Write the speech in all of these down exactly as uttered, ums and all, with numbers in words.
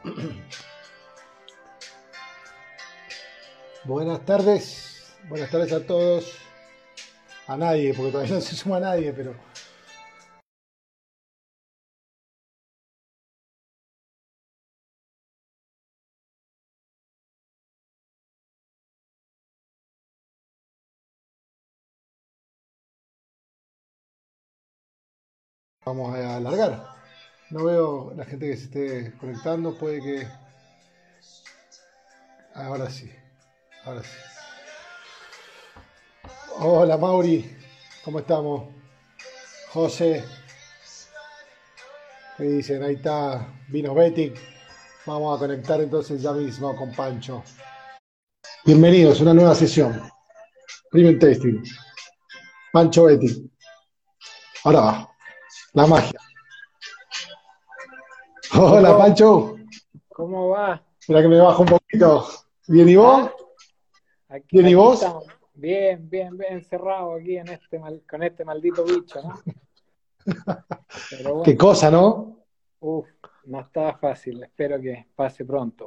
Buenas tardes, buenas tardes a todos, a nadie, porque todavía no se suma nadie, pero vamos a alargar. No veo la gente que se esté conectando, puede que... Ahora sí, ahora sí. Hola Mauri, ¿cómo estamos? José, ¿qué dicen? Ahí está Vino Betic. Vamos a conectar entonces ya mismo con Pancho. Bienvenidos a una nueva sesión. Premium Tasting. Pancho Betic. Ahora va, la magia. Hola Nico, Pancho. ¿cómo va? Mira que me bajo un poquito. ¿Bien y vos? ¿Ah? Aquí, ¿Bien y aquí vos? estamos, bien, bien, bien encerrados aquí en este mal- con este maldito bicho, ¿no? Pero Qué bueno, cosa, ¿no? uff, no está fácil, espero que pase pronto.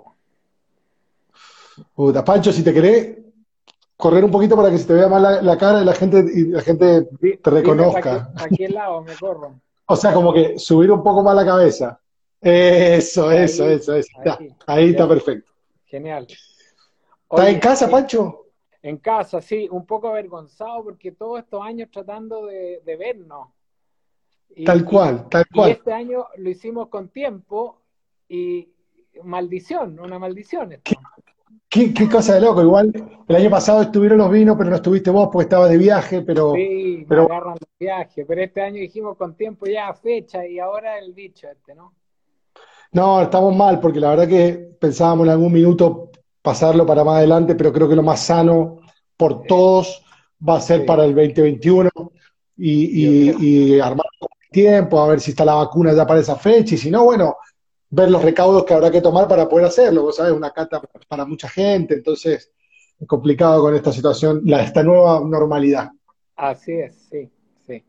Puta, Pancho, si te querés correr un poquito para que se te vea más la, la cara y la gente, y la gente Di- te dime para qué, reconozca. para qué lado me corro. O sea, como que subir un poco más la cabeza. Eso, eso, Ahí, eso, eso. Está. ahí, Ahí está ya, perfecto. genial. ¿Estás en Oye, casa, eh, Pancho? en casa, sí, un poco avergonzado porque todos estos años tratando de, de vernos Tal y, y, cual, tal y cual. este año lo hicimos con tiempo y maldición, una maldición esto. Qué, qué cosa de loco. Igual el año pasado estuvieron los vinos, pero no estuviste vos porque estabas de viaje, pero, Sí, me pero agarran los viajes, pero este año dijimos con tiempo ya fecha y ahora el bicho este, ¿no? no, estamos mal porque la verdad que pensábamos en algún minuto pasarlo para más adelante, pero creo que lo más sano por Eh, todos va a ser sí, para el dos mil veintiuno yo creo. y, y, y armar con tiempo, a ver si está la vacuna ya para esa fecha y si no, bueno, ver los recaudos que habrá que tomar para poder hacerlo. Vos sabés, una cata para mucha gente, entonces es complicado con esta situación, la, esta nueva normalidad. Así es, sí, sí.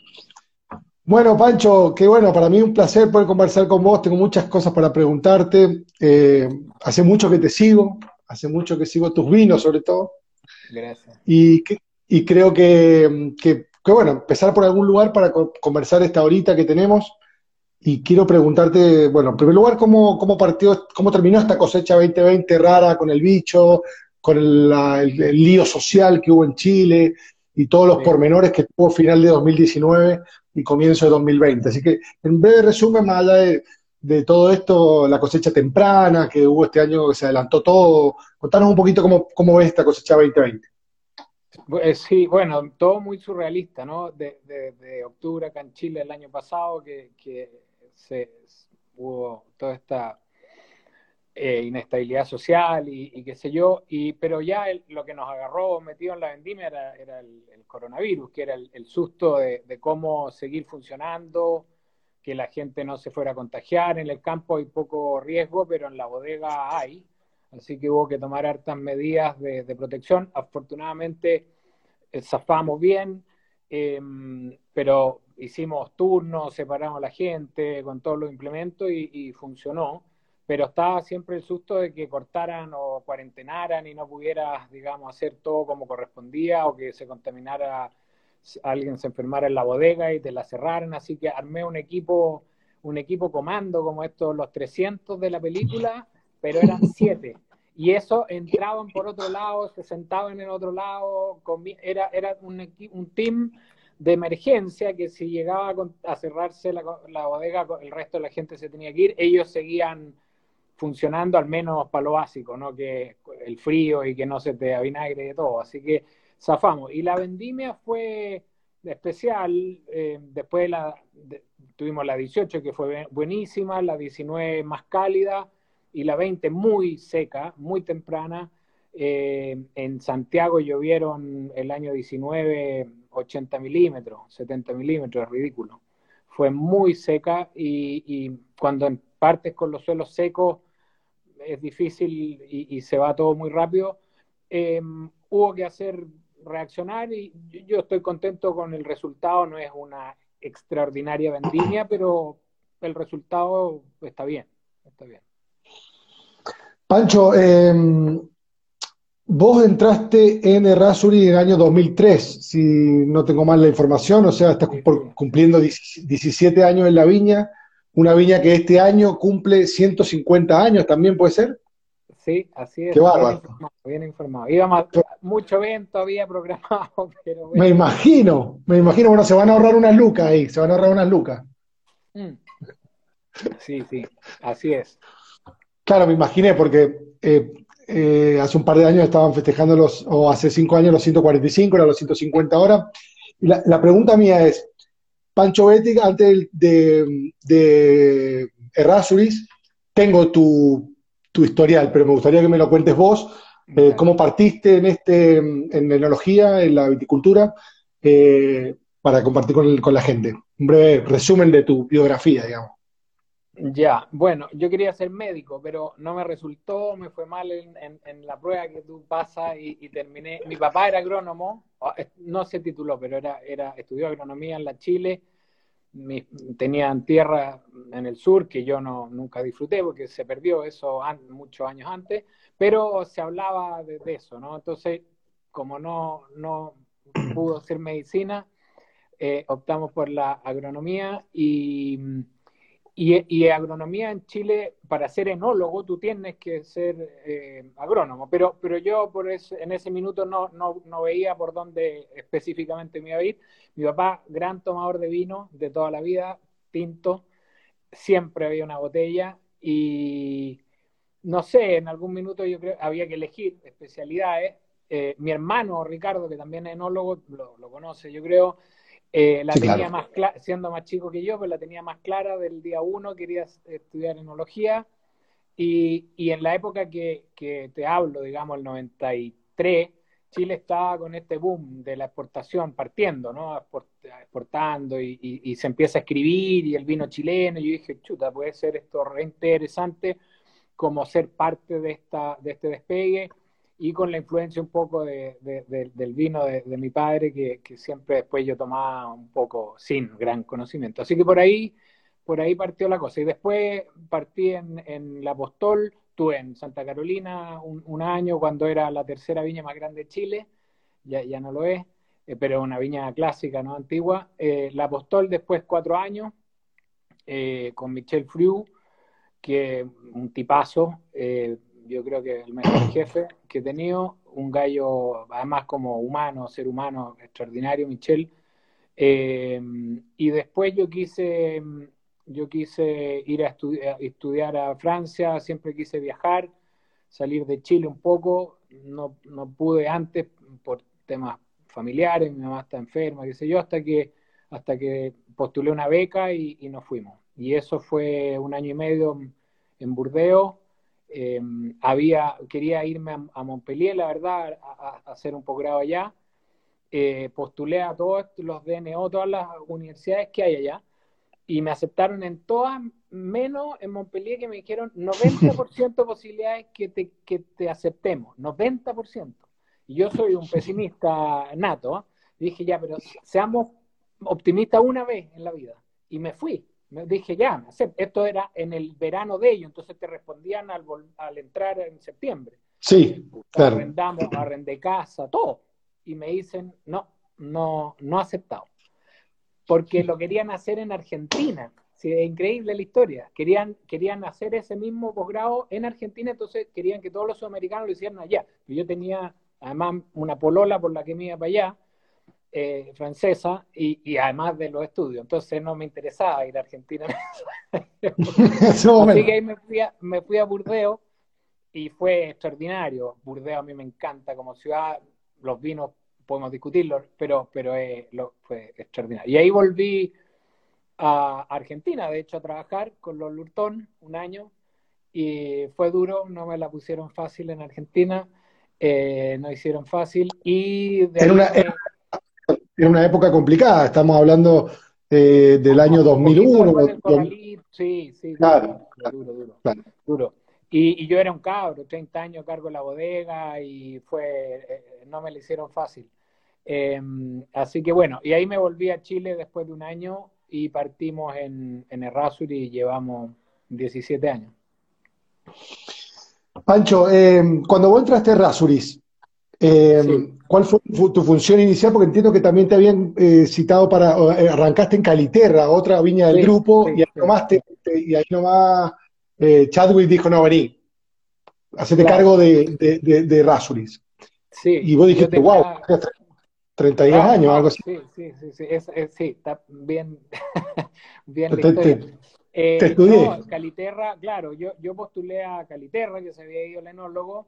Bueno, Pancho, qué bueno, para mí un placer poder conversar con vos, tengo muchas cosas para preguntarte. Eh, hace mucho que te sigo, hace mucho que sigo tus vinos sobre todo, Gracias. y, que- y creo que, que- que, bueno, empezar por algún lugar para co- conversar esta horita que tenemos. Y quiero preguntarte, bueno, en primer lugar, ¿cómo, cómo partió, cómo terminó esta cosecha dos mil veinte rara con el bicho, con el, la- el- el lío social que hubo en Chile y todos los Sí. pormenores que tuvo final de dos mil diecinueve y comienzo de dos mil veinte? Así que, en breve resumen, más allá de, de todo esto, la cosecha temprana que hubo este año, que se adelantó todo, contanos un poquito cómo, cómo ves esta cosecha dos mil veinte. Bu- eh, sí, bueno, todo muy surrealista, ¿no? De, de- de octubre acá en Chile el año pasado que, que se, hubo toda esta eh, inestabilidad social y, y qué sé yo, y, pero ya el- lo que nos agarró metido en la vendimia era, era el, el coronavirus, que era el, el susto de, de cómo seguir funcionando, que la gente no se fuera a contagiar. En el campo hay poco riesgo, pero en la bodega hay, así que hubo que tomar hartas medidas de, de protección. Afortunadamente eh, zafamos bien, eh, pero hicimos turnos, separamos a la gente con todos los implementos y, y funcionó, pero estaba siempre el susto de que cortaran o cuarentenaran y no pudieras, digamos, hacer todo como correspondía o que se contaminara, alguien se enfermara en la bodega y te la cerraran, así que armé un equipo, un equipo comando como estos, los trescientos de la película, pero eran siete. Y eso entraban por otro lado, se sentaban en otro lado, era, era un, un team de emergencia que si llegaba a, a cerrarse la, la bodega, el resto de la gente se tenía que ir, ellos seguían funcionando al menos para lo básico, ¿no? Que el frío y que no se te avinagre de todo. Así que zafamos. Y la vendimia fue especial. Eh, después la, de, tuvimos la dieciocho que fue buenísima, la diecinueve más cálida y la veinte muy seca, muy temprana. Eh, en Santiago llovieron el año diecinueve ochenta milímetros, setenta milímetros, es ridículo. Fue muy seca y, y cuando partes con los suelos secos es difícil y, y se va todo muy rápido. Eh, hubo que hacer reaccionar y yo, yo estoy contento con el resultado, no es una extraordinaria vendimia, pero el resultado está bien, está bien. Pancho, eh, vos entraste en Errázuriz en el año dos mil tres, si no tengo mal la información, o sea, estás Sí, sí, por- cumpliendo diecisiete años en la viña, una viña que este año cumple ciento cincuenta años, ¿también puede ser? sí, así Qué es, bien bárbaro. informado, bien informado. Íbamos a mucho evento había programado, pero Me bueno. imagino, me imagino, bueno, se van a ahorrar unas lucas ahí, se van a ahorrar unas lucas. Mm, sí, sí, así es. Claro, me imaginé, porque eh, eh, hace un par de años estaban festejando los, o hace cinco años los ciento cuarenta y cinco, ahora los ciento cincuenta ahora. Y la, la pregunta mía es, Pancho Betti, antes de, de Errázuriz, tengo tu, tu historial, pero me gustaría que me lo cuentes vos, eh, Ya. cómo partiste en este, en la enología, en la viticultura, eh, para compartir con, el- con la gente. Un breve resumen de tu biografía, digamos. Ya, bueno, yo quería ser médico, pero no me resultó, me fue mal en, en- en la prueba que tú pasas y, y terminé. Mi papá era agrónomo, ah, eh, no se tituló, pero era, era, estudió agronomía en la Chile. Mi- tenían tierra en el sur que yo no, nunca disfruté porque se perdió eso an- muchos años antes, pero se hablaba de, de eso, ¿no? Entonces, como no, no pudo ser medicina, eh, optamos por la agronomía y, y, y, agronomía en Chile, para ser enólogo, tú tienes que ser eh, agrónomo, pero, pero yo por ese, en ese minuto no, no, no veía por dónde específicamente me iba a ir. Mi papá, gran tomador de vino de toda la vida, tinto, siempre había una botella y no sé, en algún minuto yo creo había que elegir especialidades. Eh, mi hermano Ricardo, que también es enólogo, lo, lo conoce, yo creo, eh, la Sí, tenía claro. más clara, siendo más chico que yo, pero la tenía más clara del día uno, quería estudiar enología y, y en la época que, que, te hablo, digamos, el noventa y tres, Chile estaba con este boom de la exportación partiendo, ¿no? Exportando y, y, y se empieza a escribir y el vino chileno, y yo dije, chuta, puede ser esto re interesante como ser parte de, esta, de este despegue y con la influencia un poco de, de, de, del vino de, de mi padre, que, que, siempre después yo tomaba un poco sin gran conocimiento. Así que por ahí, por ahí partió la cosa. Y después partí en, en La Apostol, estuve en Santa Carolina un, un, año cuando era la tercera viña más grande de Chile, ya, ya no lo es, eh, pero una viña clásica, no antigua. Eh, La Apostol después cuatro años eh, con Michel Friou, que un tipazo, eh, yo creo que el mejor jefe que he tenido, un gallo, además como humano, ser humano extraordinario, Michel. Eh, y después yo quise, yo quise ir a, estudi a, estudiar a Francia, siempre quise viajar, salir de Chile un poco, no, no pude antes por temas familiares, mi mamá está enferma, qué sé yo, hasta que, hasta que postulé una beca y, y nos fuimos. Y eso fue un año y medio en Burdeos. Eh, había, quería irme a, a, Montpellier, la verdad, a, a hacer un posgrado allá. Eh, postulé a todos los D N O, todas las universidades que hay allá, y me aceptaron en todas, menos en Montpellier, que me dijeron noventa por ciento posibilidades que te, que te aceptemos, noventa por ciento. Y yo soy un pesimista nato, ¿eh? Y dije, ya, pero seamos optimistas una vez en la vida. Y me fui. Me dije, ya, me acepto. Esto era en el verano de ellos, entonces te respondían al, al entrar en septiembre. Sí, claro. Arrendamos, arrendé casa, todo. Y me dicen, no, no, no aceptado porque lo querían hacer en Argentina. Sí, es increíble la historia. Querían, querían hacer ese mismo posgrado en Argentina, entonces querían que todos los sudamericanos lo hicieran allá. Yo tenía además una polola por la que me iba para allá, eh, francesa, y, y además de los estudios. Entonces no me interesaba ir a Argentina. En ese Así que momento. ahí me fui, a, me fui a Burdeos y fue extraordinario. Burdeos a mí me encanta como ciudad, los vinos podemos discutirlo, pero, pero eh, lo, fue extraordinario. Y ahí volví a Argentina, de hecho, a trabajar con los Lurtón un año y fue duro, no me la pusieron fácil en Argentina, eh, no hicieron fácil y de Era ahí una, me... era una época complicada, estamos hablando eh, del año Un poquito dos mil uno. después del do- corralito, sí, sí, duro, claro, duro, duro, duro, claro. duro. Y, y yo era un cabro, treinta años a cargo de la bodega y fue, eh, no me la hicieron fácil. Eh, así que bueno, y ahí me volví a Chile después de un año y partimos en, en Errázuriz y llevamos diecisiete años. Pancho, eh, cuando vos entraste a Rasuris, eh, Sí, ¿cuál fue fu- tu función inicial? Porque entiendo que también te habían eh, citado para, o, eh, arrancaste en Caliterra, otra viña del sí, grupo, y sí, ahí sí, nomás, te- sí. te- y ahí nomás eh, Chadwick dijo, no, vení, hacete Claro, cargo de, de, de, de Rasuris. sí, Y vos yo dijiste, wow, tenía, treinta y diez claro, años, algo no, así. sí, sí, sí, sí, es, es- sí, está bien, bien Te, la te- historia. te- te Eh, no, estudié. Caliterra, claro, yo, yo postulé a Caliterra, que se había ido el enólogo,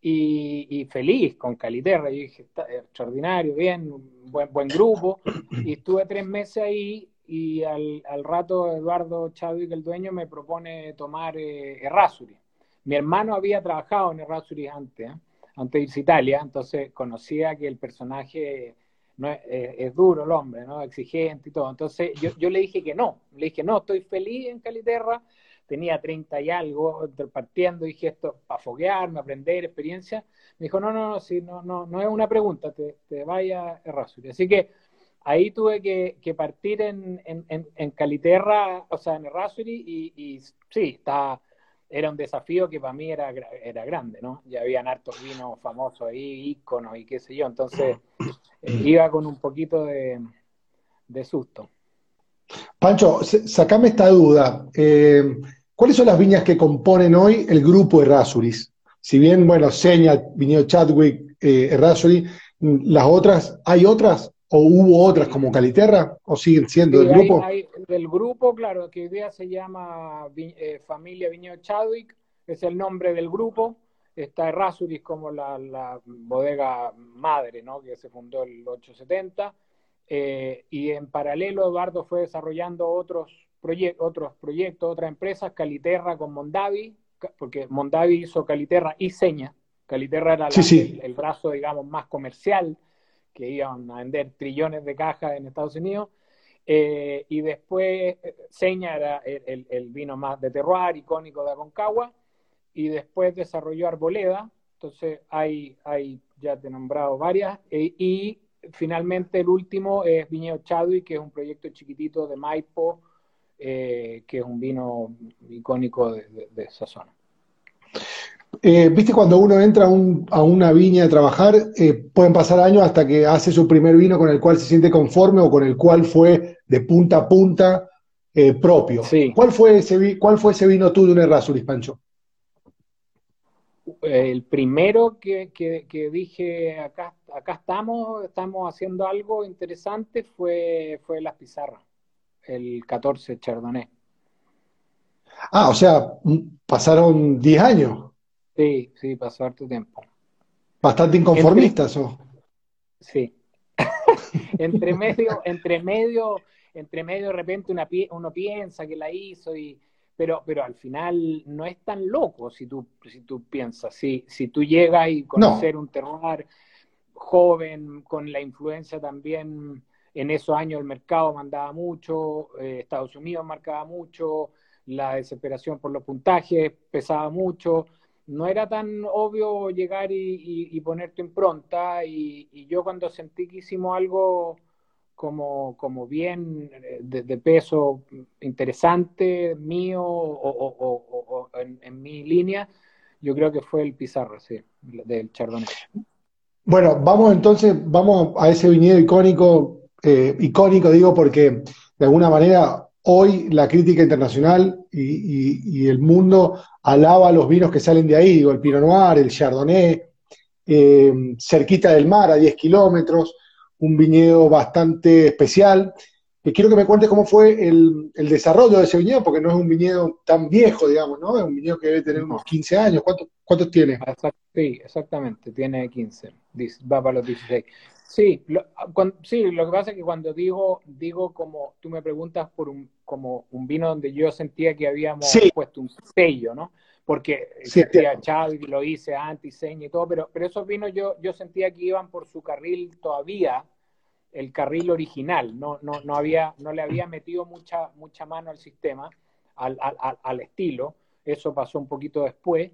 y, y feliz con Caliterra. Yo dije, está extraordinario, bien, un buen, buen grupo. Y estuve tres meses ahí y al, al rato Eduardo Chadwick, el dueño, me propone tomar eh, Errázuriz. Mi hermano había trabajado en Errázuriz antes, ¿eh? Antes de irse a Italia, entonces conocía que el personaje no es, es, es, duro el hombre, ¿no? Exigente y todo. Entonces yo, yo le dije que no, le dije no, estoy feliz en Caliterra, tenía treinta y algo, partiendo, dije esto para foguearme, aprender, experiencia. Me dijo, no, no, no, sí, no, no, no es una pregunta, te, te vaya a Errázuriz. Así que ahí tuve que, que partir en, en, en, en Caliterra, o sea, en Errázuriz, y, y sí, está era un desafío que para mí era, era grande, ¿no? Ya habían hartos vinos famosos ahí, íconos y qué sé yo, entonces eh, iba con un poquito de, de susto. Pancho, s- sacame esta duda. Eh, ¿cuáles son las viñas que componen hoy el grupo Errázuriz? Si bien, bueno, Seña, Viñedo Chadwick, eh, Errázuriz, mm, las otras, ¿hay otras o hubo otras Sí, como Caliterra o siguen siendo del sí, hay, grupo? hay del grupo, claro, que hoy día se llama Vi- eh, Familia Viñedo Chadwick, es el nombre del grupo. Está Errázuriz como la, la bodega madre, ¿no? Que se fundó en el ochocientos setenta. Eh, y en paralelo Eduardo fue desarrollando otros, proye otros proyectos, otras empresas, Caliterra con Mondavi, porque Mondavi hizo Caliterra y Seña. Caliterra era Sí, la, el, sí. el brazo, digamos, más comercial, que iban a vender trillones de cajas en Estados Unidos. Eh, y después Seña era el, el, el, vino más de terroir, icónico de Aconcagua, y después desarrolló Arboleda. Entonces hay, hay ya te he nombrado varias, eh, y finalmente el último es Viñedo Chadwick, que es un proyecto chiquitito de Maipo, eh, que es un vino icónico de, de, de esa zona. Eh, ¿viste cuando uno entra a, un- a una viña a trabajar, eh, pueden pasar años hasta que hace su primer vino con el cual se siente conforme o con el cual fue de punta a punta eh, propio? Sí, ¿Cuál fue ese, vi- cuál fue ese vino tuyo de un Errázuriz, Pancho? el primero que, que, que dije, acá, acá estamos, estamos haciendo algo interesante, fue, fue Las Pizarras, el catorce Chardonnay. Ah, o sea, mm, pasaron diez años, Sí, sí, pasó harto tiempo. bastante Entre, inconformistas. ¿O? sí, entre medio, entre medio, entre medio de repente una, uno piensa que la hizo, y, pero, pero al final no es tan loco si tú, si tú piensas. Si, si tú llegas y No, conocer un terroir joven, con la influencia también, en esos años el mercado mandaba mucho, eh, Estados Unidos marcaba mucho, la desesperación por los puntajes pesaba mucho. No era tan obvio llegar y, y, y poner tu impronta, y, y, yo cuando sentí que hicimos algo como, como bien eh, de, de peso interesante mío o, o, o, o en, en, mi línea, yo creo que fue el Pizarro, sí, del Chardonnay. bueno, vamos entonces, vamos a ese viñedo icónico, eh, icónico digo porque de alguna manera hoy la crítica internacional y, y- y el mundo alaba los vinos que salen de ahí, digo, el Pinot Noir, el Chardonnay, eh, cerquita del mar, a diez kilómetros, un viñedo bastante especial. Y quiero que me cuentes cómo fue el, el desarrollo de ese viñedo, porque no es un viñedo tan viejo, digamos, ¿no? Es un viñedo que debe tener unos No. quince años. ¿Cuántos, cuántos tiene? Exact- Sí, exactamente, tiene quince, dice- va para los dieciséis. Sí, lo, cuan- sí, lo que pasa es que cuando digo, digo como tú me preguntas por un, como un vino donde yo sentía que habíamos Sí, puesto un sello, ¿no? Porque sí, existía entiendo. Chávez, lo hice antes, Seña y todo, pero, pero esos vinos yo, yo sentía que iban por su carril todavía, el carril original, no, no, no, había, no le había metido mucha, mucha mano al sistema, al, al, al estilo, eso pasó un poquito después.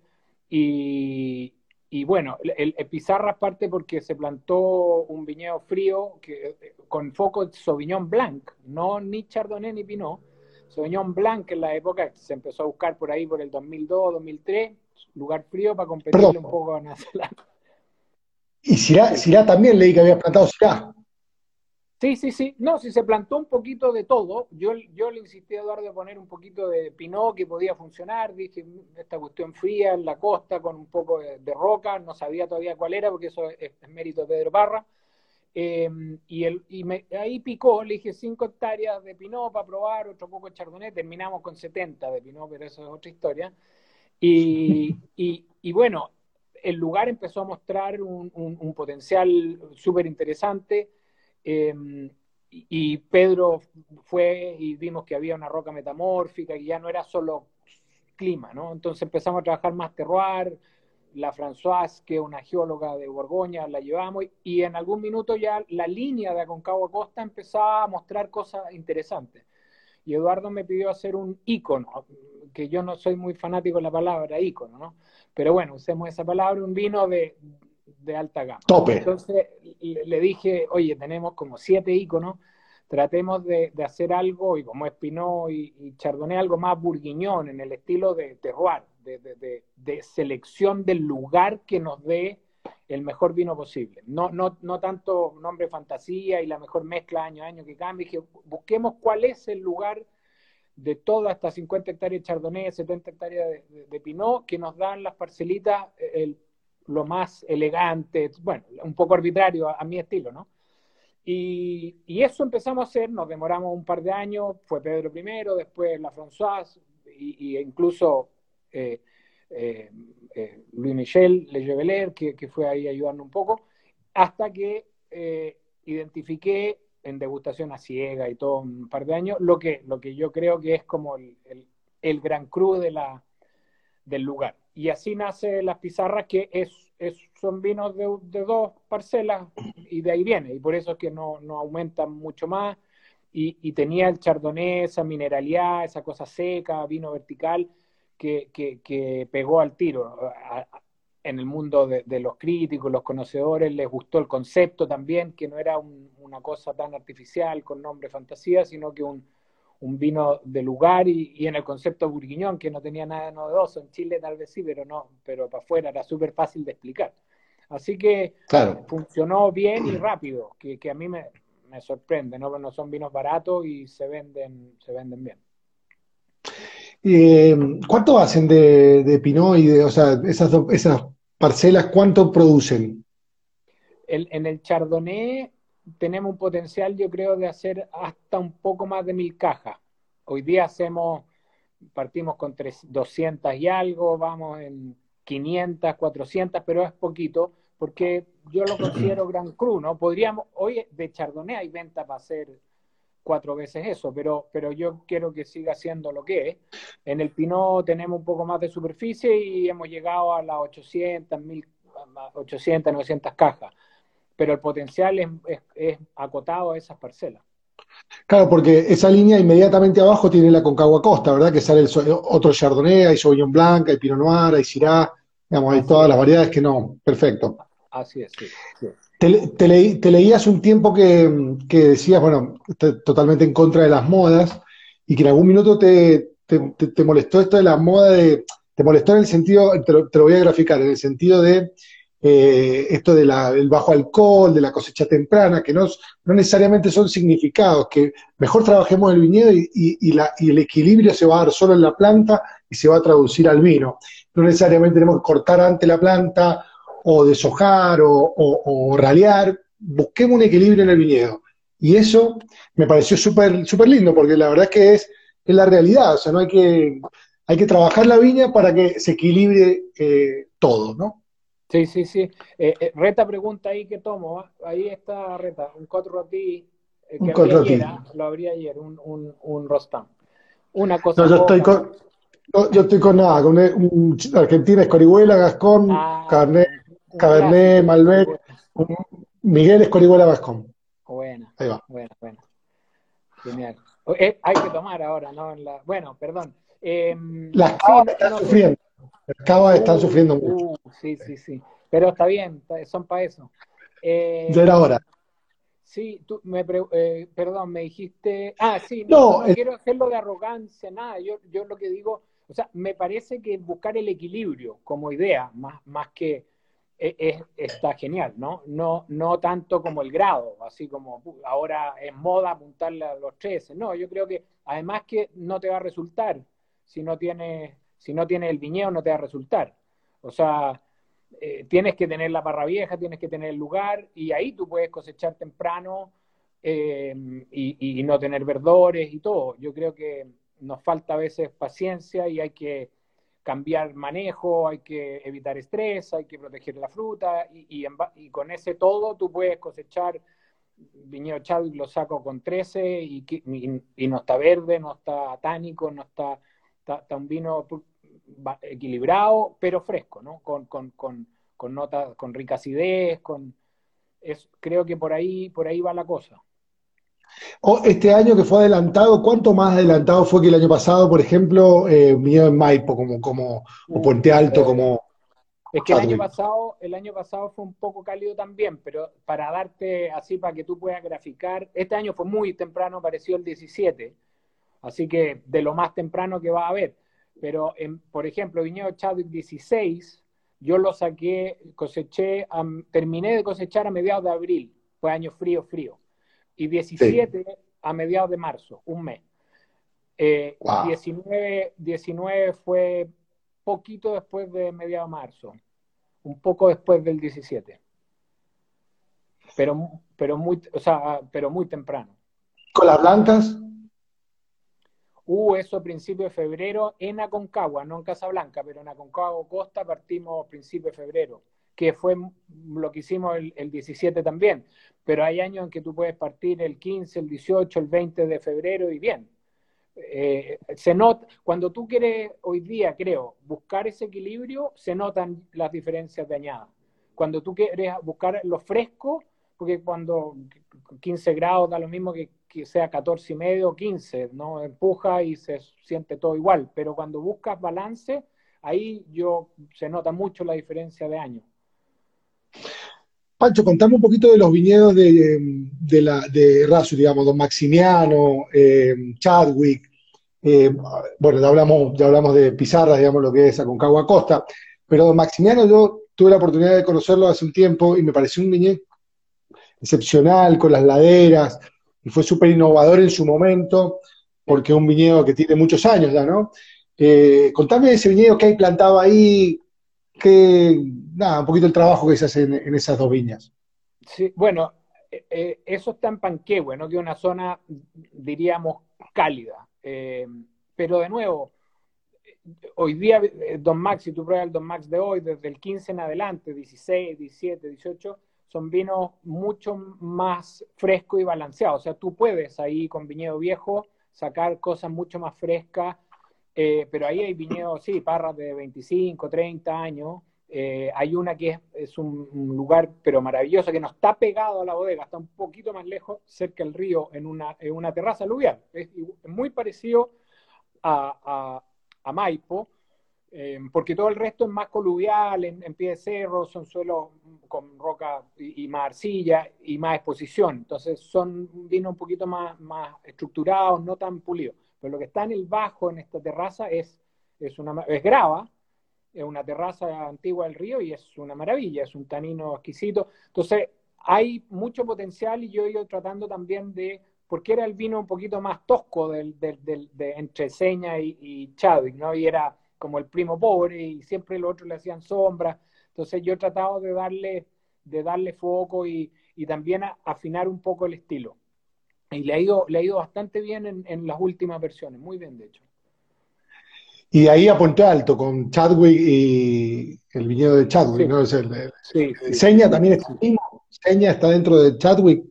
Y, y bueno, el, el Pizarra parte porque se plantó un viñedo frío que, con foco en Sauvignon Blanc, no ni Chardonnay ni Pinot. Sauvignon Blanc en la época se empezó a buscar por ahí por el dos mil dos, dos mil tres, lugar frío para Perdón. competirle un poco a Nueva Zelanda. Y Syrah, Sí. Syrah también leí que había plantado Syrah. Sí, sí, sí. No, si se plantó un poquito de todo. Yo, yo le insistí a Eduardo a poner un poquito de pinot que podía funcionar. Dije, esta cuestión fría en la costa con un poco de, de roca. No sabía todavía cuál era porque eso es, es mérito de Pedro Parra. Eh, y el, y me, ahí picó, le dije cinco hectáreas de pinot para probar, otro poco de chardonnay. Terminamos con setenta de pinot, pero eso es otra historia. Y, y, y bueno, el lugar empezó a mostrar un, un, un potencial súper interesante. Eh, y Pedro fue y vimos que había una roca metamórfica, que ya no era solo clima, ¿no? Entonces empezamos a trabajar más terroir, la Françoise, que es una geóloga de Borgoña, la llevamos, y en algún minuto ya la línea de Aconcagua Costa empezaba a mostrar cosas interesantes. Y Eduardo me pidió hacer un ícono, que yo no soy muy fanático de la palabra ícono, ¿no? Pero bueno, usemos esa palabra, un vino de, de alta gama. Tope. Entonces le dije, oye, tenemos como siete íconos, tratemos de, de hacer algo, y como es Pinot y, y Chardonnay, algo más bourguignon, en el estilo de terroir, de, de, de, de selección del lugar que nos dé el mejor vino posible. No, no, no tanto nombre fantasía y la mejor mezcla año a año que cambie. Dije, busquemos cuál es el lugar de todas estas cincuenta hectáreas de Chardonnay, setenta hectáreas de, de, de Pinot, que nos dan las parcelitas el, lo más elegante, bueno, un poco arbitrario a, a mi estilo, ¿no? Y, y eso empezamos a hacer, nos demoramos un par de años, fue Pedro primero, después la Françoise, y, y incluso eh, eh, eh, Louis Michel Le Jeveler, que, que fue ahí ayudando un poco, hasta que eh, identifiqué en degustación a ciega y todo un par de años, lo que, lo que yo creo que es como el, el, el gran cru de la, del lugar. Y así nace Las Pizarras, que es, es, son vinos de, de dos parcelas, y de ahí viene, y por eso es que no, no aumentan mucho más, y, y tenía el chardonnay, esa mineralidad, esa cosa seca, vino vertical, que, que, que pegó al tiro. A, a, en el mundo de, de los críticos, los conocedores, les gustó el concepto también, que no era un, una cosa tan artificial con nombre fantasía, sino que un, un vino de lugar, y, y en el concepto bourguignon, que no tenía nada novedoso. En Chile tal vez sí, pero no, pero para afuera era súper fácil de explicar. Así que Claro. funcionó bien y rápido, que, que a mí me, me sorprende, ¿no? No son vinos baratos y se venden, se venden bien. Eh, ¿Cuánto hacen de, de Pinot y de, o sea, esas, do, esas parcelas, cuánto producen? El, en el Chardonnay tenemos un potencial, yo creo, de hacer hasta un poco más de mil cajas. Hoy día hacemos, partimos con tres, doscientas y algo, vamos en quinientas, cuatrocientas, pero es poquito, porque yo lo considero Gran Cru, ¿no? Podríamos, hoy de Chardonnay hay venta para hacer cuatro veces eso, pero, pero yo quiero que siga siendo lo que es. En el Pinot tenemos un poco más de superficie y hemos llegado a las ochocientas, mil, ochocientas, novecientas cajas, pero el potencial es, es, es acotado a esas parcelas. Claro, porque esa línea inmediatamente abajo tiene la Concagua Costa, ¿verdad? Que sale el, otro Chardonnay, hay Sauvignon Blanc, hay Pinot Noir, hay Syrah, digamos, hay Así todas es. las variedades que no. Perfecto. Así es, sí. sí. Te, te, leí, te leí hace un tiempo que, que decías, bueno, totalmente en contra de las modas, y que en algún minuto te, te, te molestó esto de la moda de, te molestó en el sentido, te lo, te lo voy a graficar, en el sentido de eh, esto de la, del bajo alcohol, de la cosecha temprana, que no, no necesariamente son significados, que mejor trabajemos el viñedo y, y, y, la, y el equilibrio se va a dar solo en la planta y se va a traducir al vino. No necesariamente tenemos que cortar antes la planta o deshojar o, o, o ralear, busquemos un equilibrio en el viñedo. Y eso me pareció súper super lindo, porque la verdad es que es, es la realidad, o sea, no hay que, hay que trabajar la viña para que se equilibre eh, todo, ¿no? Sí, sí, sí. Eh, eh, Reta pregunta ahí que tomo. ¿eh? Ahí está Reta, un cuatro roti eh, Un que abrí contratí. ayer, ¿eh? Lo abrí ayer, un, un, un Rostam. Una No, cosa yo estoy poca. con, no, yo estoy con nada, con un, un Argentina, Escorihuela, Gascón, Ah, Cabernet, un, un Cabernet, clásico. Malbec, un Miguel Escorihuela, Gascón. Buena, Ahí va. buena, buena. Genial. Eh, hay que tomar ahora, ¿no? En la, bueno, perdón. Eh, Las sí, cavas no, están no sé. sufriendo, las cavas están Uh, sufriendo mucho. uh, sí, sí, sí. Pero está bien, son para eso. Eh, Ya era hora. sí, tú me pre eh, perdón, me dijiste. Ah, sí, no, No, no quiero hacerlo de arrogancia, nada. Yo, yo lo que digo, O sea, me parece que buscar el equilibrio como idea, más, más que es, es, está genial, ¿no? ¿no? No tanto como el grado, así como ahora es moda apuntarle a los trece. No, yo creo que además que no te va a resultar si no tienes, si no tienes el viñedo, no te va a resultar. O sea, eh, tienes que tener la parra vieja, tienes que tener el lugar, y ahí tú puedes cosechar temprano eh, y, y no tener verdores y todo. Yo creo que nos falta a veces paciencia y hay que cambiar manejo, hay que evitar estrés, hay que proteger la fruta y, y, en, y con ese todo tú puedes cosechar viñedo Chadwick, lo saco con trece y, y, y no está verde, no está tánico, no está, está, está un vino equilibrado, pero fresco, ¿no? Con, con, con, con notas, con rica acidez, con es, creo que por ahí, por ahí va la cosa. O este año que fue adelantado, ¿cuánto más adelantado fue que el año pasado, por ejemplo, eh, viñedo en Maipo, como, como, o Uh, Puente Alto, eh, como es que el año Chadwick? pasado, el año pasado fue un poco cálido también, pero para darte así para que tú puedas graficar, este año fue muy temprano, pareció el diecisiete, así que de lo más temprano que va a haber. Pero, en, por ejemplo, viñedo Chadwick dieciséis, yo lo saqué, coseché, um, terminé de cosechar a mediados de abril, fue año frío, frío. Y Sí. diecisiete a mediados de marzo, un mes. Eh, Wow. diecinueve, diecinueve fue poquito después de mediados de marzo, un poco después del diecisiete, pero, pero, muy, o sea, pero muy temprano. Con las blancas, Hubo eso a principios de febrero en Aconcagua, no en Casablanca, pero en Aconcagua Costa partimos a principios de febrero, que fue lo que hicimos el, el diecisiete también. Pero hay años en que tú puedes partir el quince, el dieciocho, el veinte de febrero y bien. Eh, se nota, cuando tú quieres hoy día, creo, buscar ese equilibrio, se notan las diferencias de añada. Cuando tú quieres buscar lo fresco, porque cuando quince grados da lo mismo que, que sea catorce y medio o quince, ¿no? Empuja y se siente todo igual, pero cuando buscas balance, ahí yo se nota mucho la diferencia de año. Pancho, contame un poquito de los viñedos de, de, la, de Rasu, digamos, Don Maximiano, eh, Chadwick. Eh, bueno, ya hablamos, ya hablamos de Pizarra, digamos, lo que es Aconcagua Costa, pero Don Maximiano yo tuve la oportunidad de conocerlo hace un tiempo y me pareció un viñedo excepcional, con las laderas, y fue súper innovador en su momento, Sí. porque es un viñedo que tiene muchos años ya, ¿no? Eh, contame de ese viñedo que hay plantado ahí, que, nada, un poquito el trabajo que se hace en, en esas dos viñas. Sí, bueno, eh, eh, eso está en Panquehue, ¿no? Que es una zona, diríamos, cálida. Eh, pero de nuevo, hoy día, eh, Don Max, si tú pruebas el Don Max de hoy, desde el quince en adelante, dieciséis, diecisiete, dieciocho, son vinos mucho más frescos y balanceados. O sea, tú puedes ahí con viñedo viejo sacar cosas mucho más frescas, eh, pero ahí hay viñedos, sí, parras de veinticinco, treinta años. Eh, hay una que es, es un, un, lugar, pero maravilloso, que no está pegado a la bodega, está un poquito más lejos, cerca del río, en una, en una terraza aluvial. Es, es muy parecido a, a, a Maipo, eh, porque todo el resto es más coluvial, en, en pie de cerro, son suelos con roca y, y, más arcilla y más exposición. Entonces son vinos un poquito más, más estructurados, no tan pulidos. Pero lo que está en el bajo, en esta terraza, es, es, una, es grava, es una terraza antigua del río y es una maravilla, es un tanino exquisito. Entonces hay mucho potencial y yo he ido tratando también de, porque era el vino un poquito más tosco del, del, del, de, entre Seña y, y Chadwick, ¿no? Y era como el primo pobre y siempre los otros le hacían sombra. Entonces yo he tratado de darle, de darle foco y, y también a, afinar un poco el estilo. Y le ha ido, le ha ido bastante bien en, en las últimas versiones, muy bien de hecho. Y de ahí a Puente Alto, con Chadwick y el viñedo de Chadwick, Sí, ¿no? Es el, el- sí, el sí, sí. Seña también está ahí. Seña está dentro de Chadwick.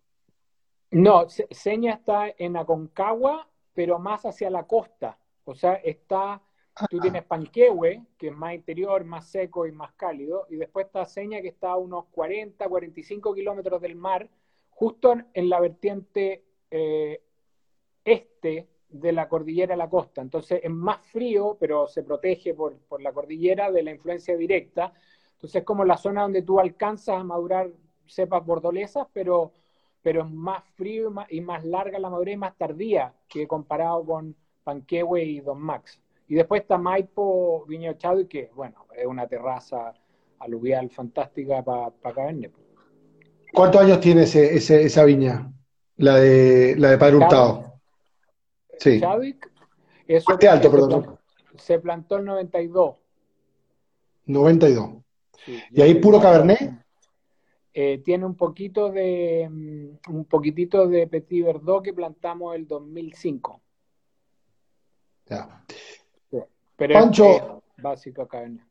No, Seña está en Aconcagua, pero más hacia la costa. O sea, está, tú tienes Panquehue, que es más interior, más seco y más cálido, y después está Seña, que está a unos cuarenta, cuarenta y cinco kilómetros del mar, justo en la vertiente eh, este de la cordillera a la costa. Entonces es más frío, pero se protege por, por la cordillera de la influencia directa. Entonces es como la zona donde tú alcanzas a madurar cepas bordolesas, pero, pero es más frío y más, y más larga la madurez y más tardía que comparado con Panquehue y Don Max. Y después está Maipo, Viña Chadwick, que, bueno, es una terraza aluvial fantástica para pa Cabernet. ¿Cuántos años tiene ese, ese- esa viña? La de, la de Padre Chadwick, Hurtado. Sí. Chadwick, eso Puente Alto, se, perdón. plan- se plantó en noventa y dos. noventa y dos. Sí, ¿Y yo ahí soy puro más Cabernet? eh, tiene un poquito de mm, un poquitito de Petit Verdot que plantamos el dos mil cinco. Ya. Sí. Pero es, Pancho, es básico Cabernet.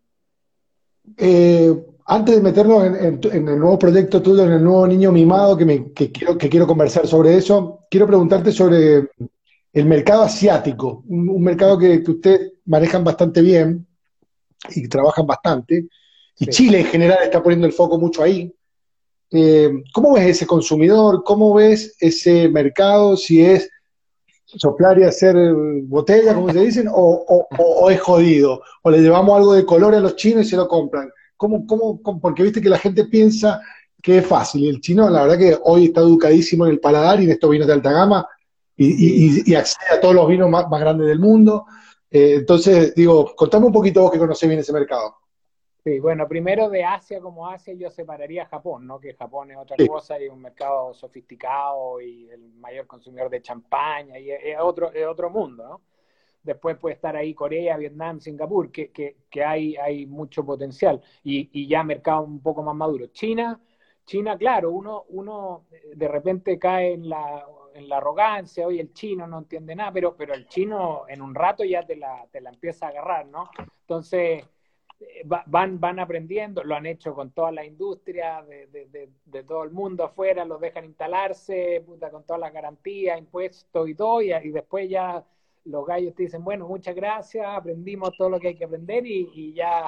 eh, antes de meternos en, en tu- en el nuevo proyecto tuyo, en el nuevo niño mimado, que, me, que quiero, que quiero conversar sobre eso, quiero preguntarte sobre el mercado asiático, un, un mercado que, que ustedes manejan bastante bien y trabajan bastante, y Sí. Chile en general está poniendo el foco mucho ahí. Eh, ¿Cómo ves ese consumidor? ¿Cómo ves ese mercado? Si es soplar y hacer botella, como se dicen, o, o, o, o es jodido, o le llevamos algo de color a los chinos y se lo compran. ¿Cómo, cómo, cómo? Porque viste que la gente piensa que es fácil, y el chino, la verdad que hoy está educadísimo en el paladar y en estos vinos de alta gama, y, Sí. y, y accede a todos los vinos más, más grandes del mundo. Eh, entonces, digo, contame un poquito vos que conocés bien ese mercado. Sí, bueno, primero de Asia como Asia yo separaría Japón, ¿no? Que Japón es otra Sí, cosa y es un mercado sofisticado y el mayor consumidor de champaña y es, es otro, es otro mundo, ¿no? Después puede estar ahí Corea, Vietnam, Singapur, que, que, que hay, hay mucho potencial y, y ya mercados un poco más maduros. China, China, claro, uno, uno de repente cae en la, en la arrogancia, oye, el chino no entiende nada, pero, pero el chino en un rato ya te la, te la empieza a agarrar, ¿no? Entonces van, van aprendiendo, lo han hecho con toda la industria de, de, de, de todo el mundo afuera, los dejan instalarse, puta, con todas las garantías, impuestos y todo, y, y después ya los gallos te dicen, bueno, muchas gracias, aprendimos todo lo que hay que aprender y, y ya,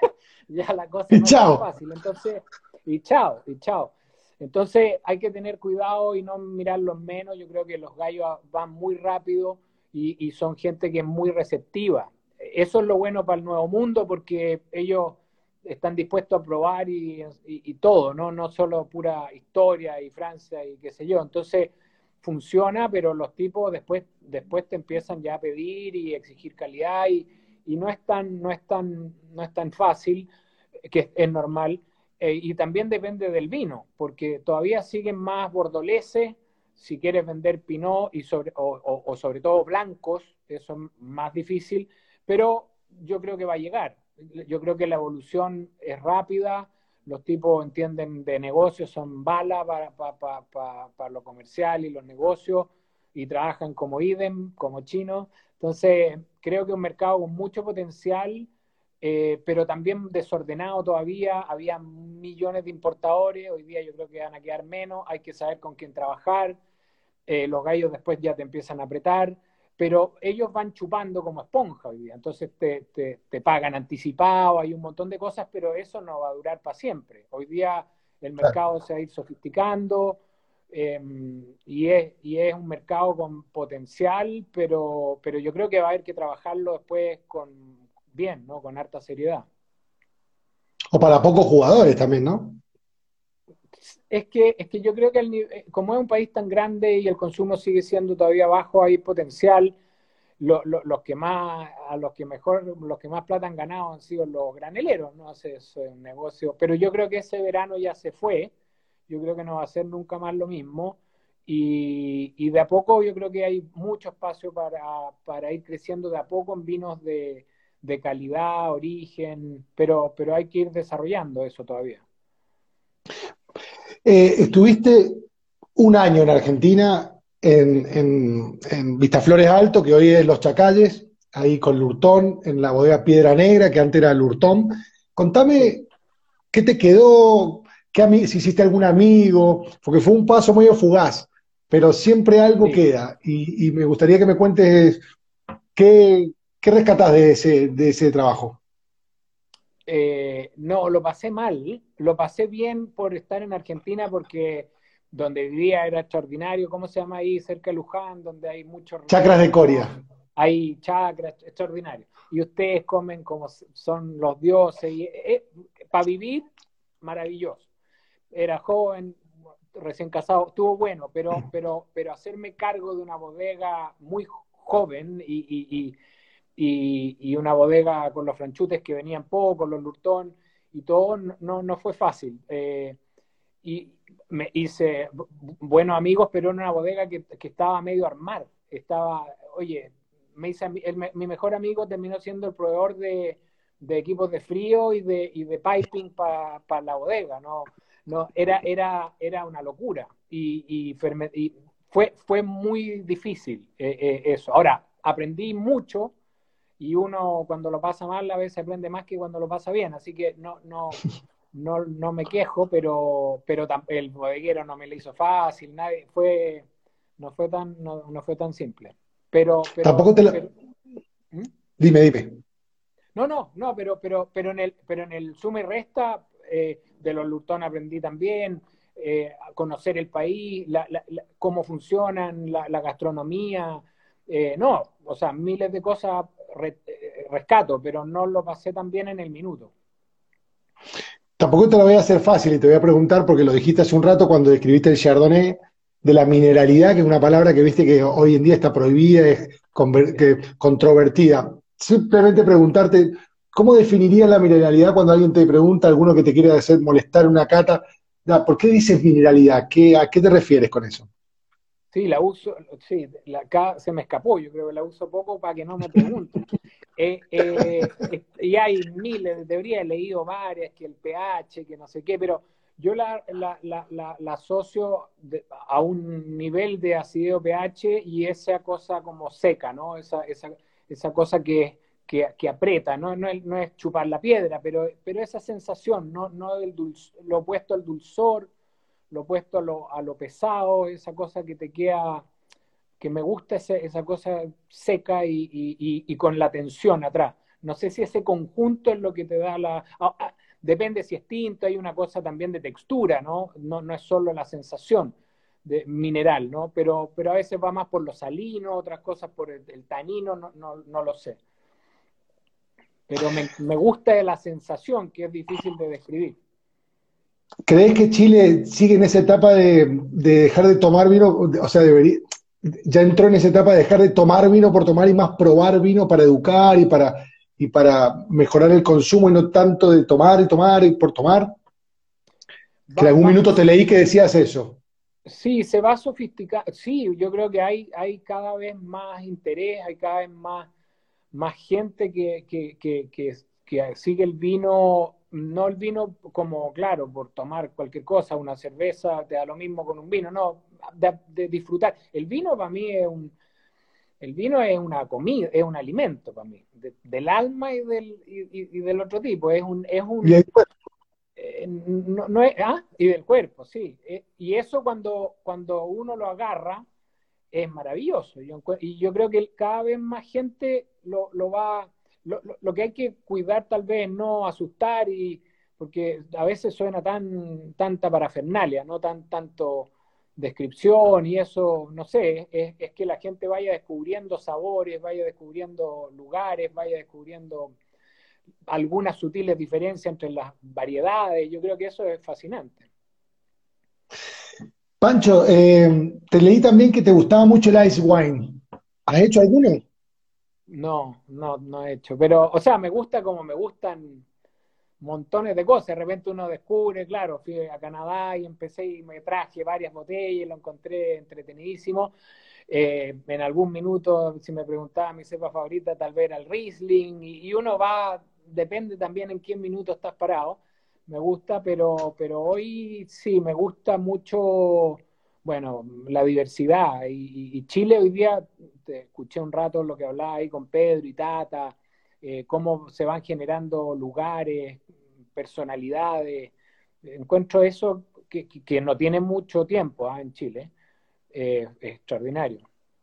ya la cosa y no es tan chao. fácil. Entonces, y chao, y chao. Entonces hay que tener cuidado y no mirarlos menos. Yo creo que los gallos van muy rápido y, y son gente que es muy receptiva. Eso es lo bueno para el Nuevo Mundo porque ellos están dispuestos a probar y, y, y todo, ¿no? No solo pura historia y Francia y qué sé yo. Entonces funciona, pero los tipos después, después te empiezan ya a pedir y exigir calidad y, y no, es tan, no, es tan, no es tan fácil, que es normal. Eh, y también depende del vino, porque todavía siguen más bordoleses, si quieres vender pinot y sobre, o, o, o sobre todo blancos, eso es más difícil, pero yo creo que va a llegar. Yo creo que la evolución es rápida, los tipos entienden de negocios, son balas para, para, para, para, para lo comercial y los negocios, y trabajan como idem, como chinos. Entonces, creo que es un mercado con mucho potencial, eh, pero también desordenado todavía. Había millones de importadores, hoy día yo creo que van a quedar menos, hay que saber con quién trabajar, eh, los gallos después ya te empiezan a apretar, pero ellos van chupando como esponja hoy día, entonces te, te, te pagan anticipado, hay un montón de cosas, pero eso no va a durar para siempre. Hoy día el mercado se va a ir sofisticando, eh, y, es, y es un mercado con potencial, pero, pero yo creo que va a haber que trabajarlo después con bien, ¿no? Con harta seriedad. O para pocos jugadores también, ¿no? Es que, es que yo creo que el, como es un país tan grande y el consumo sigue siendo todavía bajo, hay potencial. Lo, lo, los que más, a los que mejor, los que más plata han ganado han sido los graneleros, ¿no? Ese es un negocio. Pero yo creo que ese verano ya se fue. Yo creo que no va a ser nunca más lo mismo. Y, y de a poco yo creo que hay mucho espacio para, para ir creciendo de a poco en vinos de, de calidad, origen, pero, pero hay que ir desarrollando eso todavía. Eh, estuviste un año en Argentina, en, Sí, en, en Vistaflores Alto, que hoy es Los Chacalles, ahí con Lurtón, en la bodega Piedra Negra, que antes era Lurtón. sí. Contame qué te quedó, qué ami- si hiciste algún amigo, porque fue un paso medio fugaz, pero siempre algo Sí. queda. Y, y me gustaría que me cuentes qué, qué rescatás de ese, de ese trabajo. Eh, no, lo pasé mal, lo pasé bien por estar en Argentina porque donde vivía era extraordinario. ¿Cómo se llama ahí cerca de Luján? Donde hay muchos Chacras de ríos, Coria. ¿no? Hay chacras, extraordinario. Y ustedes comen como son los dioses. Y, eh, para vivir, maravilloso. Era joven, recién casado, estuvo bueno, pero, pero, pero hacerme cargo de una bodega muy joven y, y, y, y una bodega con los franchutes que venían pocos, los Lurton, y todo no, no fue fácil. Eh, y me hice buenos amigos, pero en una bodega que, que estaba medio armar. Estaba, oye, me hice, el, mi mejor amigo terminó siendo el proveedor de, de equipos de frío y de, y de piping para pa la bodega, ¿no? No, era, era, era una locura. Y, y, y fue, fue muy difícil eh, eh, eso. Ahora, aprendí mucho y uno cuando lo pasa mal a veces aprende más que cuando lo pasa bien. Así que no, no, no, no me quejo, pero, pero el bodeguero no me lo hizo fácil, nadie, fue, no fue tan, no, no fue tan simple. Pero, pero, Tampoco te la... pero ¿Mm? Dime, dime. No, no, no, pero, pero, pero en el, pero en el suma y resta eh, de los Lurton aprendí también eh, a conocer el país, la, la, la, cómo funcionan, la, la gastronomía, eh, no, o sea, miles de cosas re, eh, rescato, pero no lo pasé tan bien en el minuto. Tampoco te lo voy a hacer fácil y te voy a preguntar, porque lo dijiste hace un rato cuando describiste el Chardonnay, de la mineralidad, que es una palabra que viste que hoy en día está prohibida, es que, controvertida. Simplemente preguntarte, ¿cómo definirías la mineralidad cuando alguien te pregunta, alguno que te quiere hacer molestar una cata? ¿Por qué dices mineralidad? ¿Qué, ¿A qué te refieres con eso? Sí, la uso, sí, la, acá se me escapó, yo creo que la uso poco para que no me pregunten. Eh, eh, y hay miles de teorías, he leído varias, que el pH, que no sé qué, pero yo la, la, la, la, la asocio de, a un nivel de acidez pH y esa cosa como seca, ¿no? Esa, esa, esa cosa que, que, que aprieta, ¿no? No es, no es chupar la piedra, pero, pero esa sensación, no, no del dulce, lo opuesto al dulzor, lo opuesto a lo, a lo pesado, esa cosa que te queda, que me gusta ese, esa cosa seca y, y, y, con la tensión atrás. No sé si ese conjunto es lo que te da la... Ah, ah, depende si es tinto, hay una cosa también de textura, ¿no? No, no es solo la sensación de, mineral, ¿no? Pero, pero a veces va más por lo salino, otras cosas por el, el tanino, no, no, no lo sé. Pero me, me gusta la sensación, que es difícil de describir. ¿Crees que Chile sigue en esa etapa de, de dejar de tomar vino? O sea, debería, ya entró en esa etapa de dejar de tomar vino por tomar y más probar vino para educar y para, y para mejorar el consumo y no tanto de tomar y tomar y por tomar. Que en Va, algún va, minuto te leí que decías eso. sí, se va a sofisticar. Sí, yo creo que hay, hay cada vez más interés, hay cada vez más, más gente que, que, que, que, que sigue el vino, no el vino como, claro, por tomar cualquier cosa, una cerveza, te da lo mismo con un vino, no, de, de disfrutar. El vino para mí es un, el vino es una comida, es un alimento para mí, de, del alma y del, y, y del otro tipo, es un, es Y un, después, eh, no, no es, ah, y del cuerpo, sí. Eh, y eso cuando, cuando uno lo agarra es maravilloso. Yo, y yo creo que cada vez más gente lo, lo va, lo, lo, lo, que hay que cuidar tal vez es no asustar, y porque a veces suena tan tanta parafernalia, no tan tanto descripción y eso, no sé, es, es que la gente vaya descubriendo sabores, vaya descubriendo lugares, vaya descubriendo algunas sutiles diferencias entre las variedades. Yo creo que eso es fascinante. Pancho, eh, te leí también que te gustaba mucho el ice wine. ¿Has hecho alguno? No, no, no he hecho. Pero, o sea, me gusta como me gustan montones de cosas. De repente uno descubre, claro, fui a Canadá y empecé y me traje varias botellas y lo encontré entretenidísimo. Eh, en algún minuto, si me preguntaba mi cepa favorita, tal vez era el Riesling, y, y uno va, depende también en qué minuto estás parado. Me gusta, pero, pero hoy sí, me gusta mucho, bueno, la diversidad. Y, y Chile hoy día, te escuché un rato lo que hablaba ahí con Pedro y Tata, eh, cómo se van generando lugares, personalidades. Encuentro eso que, que, que no tiene mucho tiempo ¿eh? en Chile. Eh, extraordinario.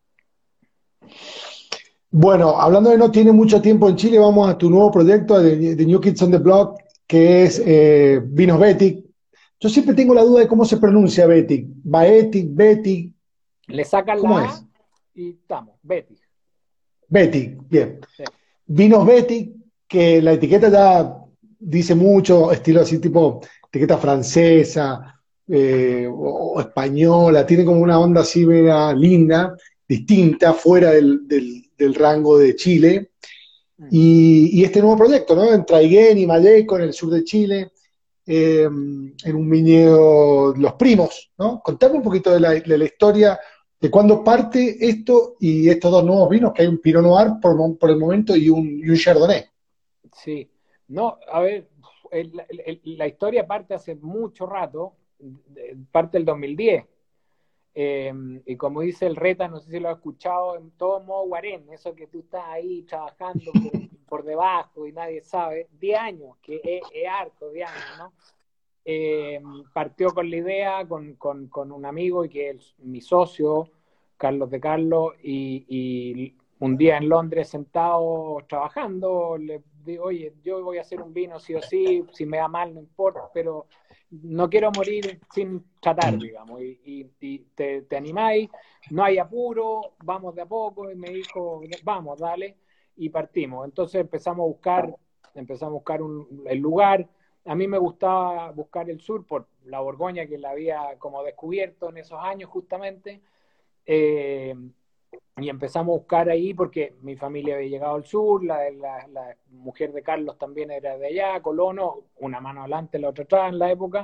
Bueno, hablando de no tiene mucho tiempo en Chile, vamos a tu nuevo proyecto de, de New Kids on the Block, que es eh, Vinos Betic. Yo siempre tengo la duda de cómo se pronuncia Betic. Baetic, Betic. Le sacan ¿Cómo la A es? y estamos, Betty. Betic, bien. Sí. Vinos Betic, que la etiqueta ya dice mucho, estilo así tipo etiqueta francesa eh, o, o española, tiene como una onda así mega linda, distinta, fuera del, del, del rango de Chile. Mm. y, y este nuevo proyecto, ¿no? En Traiguén y Malleco, en el sur de Chile, eh, en un viñedo Los Primos, ¿no? Contame un poquito de la, de la historia, de cuándo parte esto y estos dos nuevos vinos, que hay un Pinot Noir por, mo- por el momento y un, y un Chardonnay. Sí, no, a ver, el- el- el- la historia parte hace mucho rato, de- parte del dos mil diez. Eh, y como dice el Reta, no sé si lo has escuchado, en todo modo Guarén, eso que tú estás ahí trabajando por, por debajo y nadie sabe, diez años, que es, es harto, diez años, ¿no? Eh, partió con la idea con, con, con un amigo y que es mi socio, Carlos de Carlos, y, y un día en Londres sentado trabajando, le digo, oye, yo voy a hacer un vino sí o sí, si me da mal no importa, pero no quiero morir sin tratar, digamos, y, y, y te, te animáis, no hay apuro, vamos de a poco, y me dijo, vamos, dale, y partimos. Entonces empezamos a buscar, empezamos a buscar un, el lugar. A mí me gustaba buscar el sur por la Borgoña que la había como descubierto en esos años justamente. Eh, y empezamos a buscar ahí porque mi familia había llegado al sur, la, la, la mujer de Carlos también era de allá, colono, una mano adelante, la otra atrás en la época.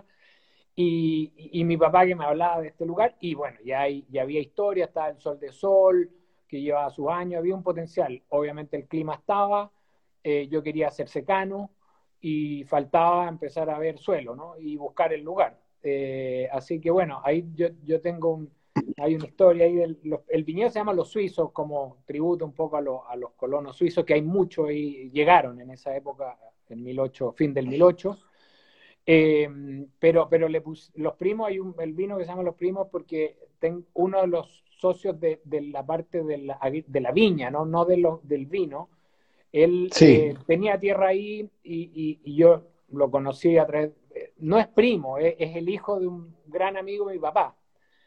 Y, y, mi papá que me hablaba de este lugar, y bueno, ya, hay, ya había historia, estaba el Sol de Sol, que llevaba sus años, había un potencial. Obviamente el clima estaba, eh, yo quería ser secano y faltaba empezar a ver suelo, ¿no? Y buscar el lugar. Eh, así que bueno, ahí yo, yo tengo un, hay una historia ahí del, los, el viñedo se llama Los Suizos, como tributo un poco a, lo, a los colonos suizos, que hay muchos y llegaron en esa época, en mil ocho, fin del mil ocho. Eh, pero pero le pus, los primos, hay un, el vino que se llama Los Primos porque ten, uno de los socios de, de la parte de la, de la viña, no, no de lo, del vino, él Sí, eh, tenía tierra ahí y, y, y, yo lo conocí a través, no es primo, es, es el hijo de un gran amigo de mi papá.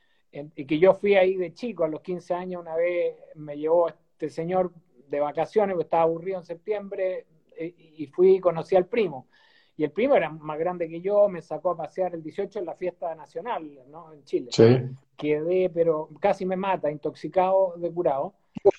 Y que yo fui ahí de chico, a los quince años, una vez me llevó este señor de vacaciones, porque estaba aburrido en septiembre, y fui y conocí al primo. Y el primo era más grande que yo, me sacó a pasear el dieciocho en la fiesta nacional, ¿no? En Chile. sí. Quedé, pero casi me mata, intoxicado de curado.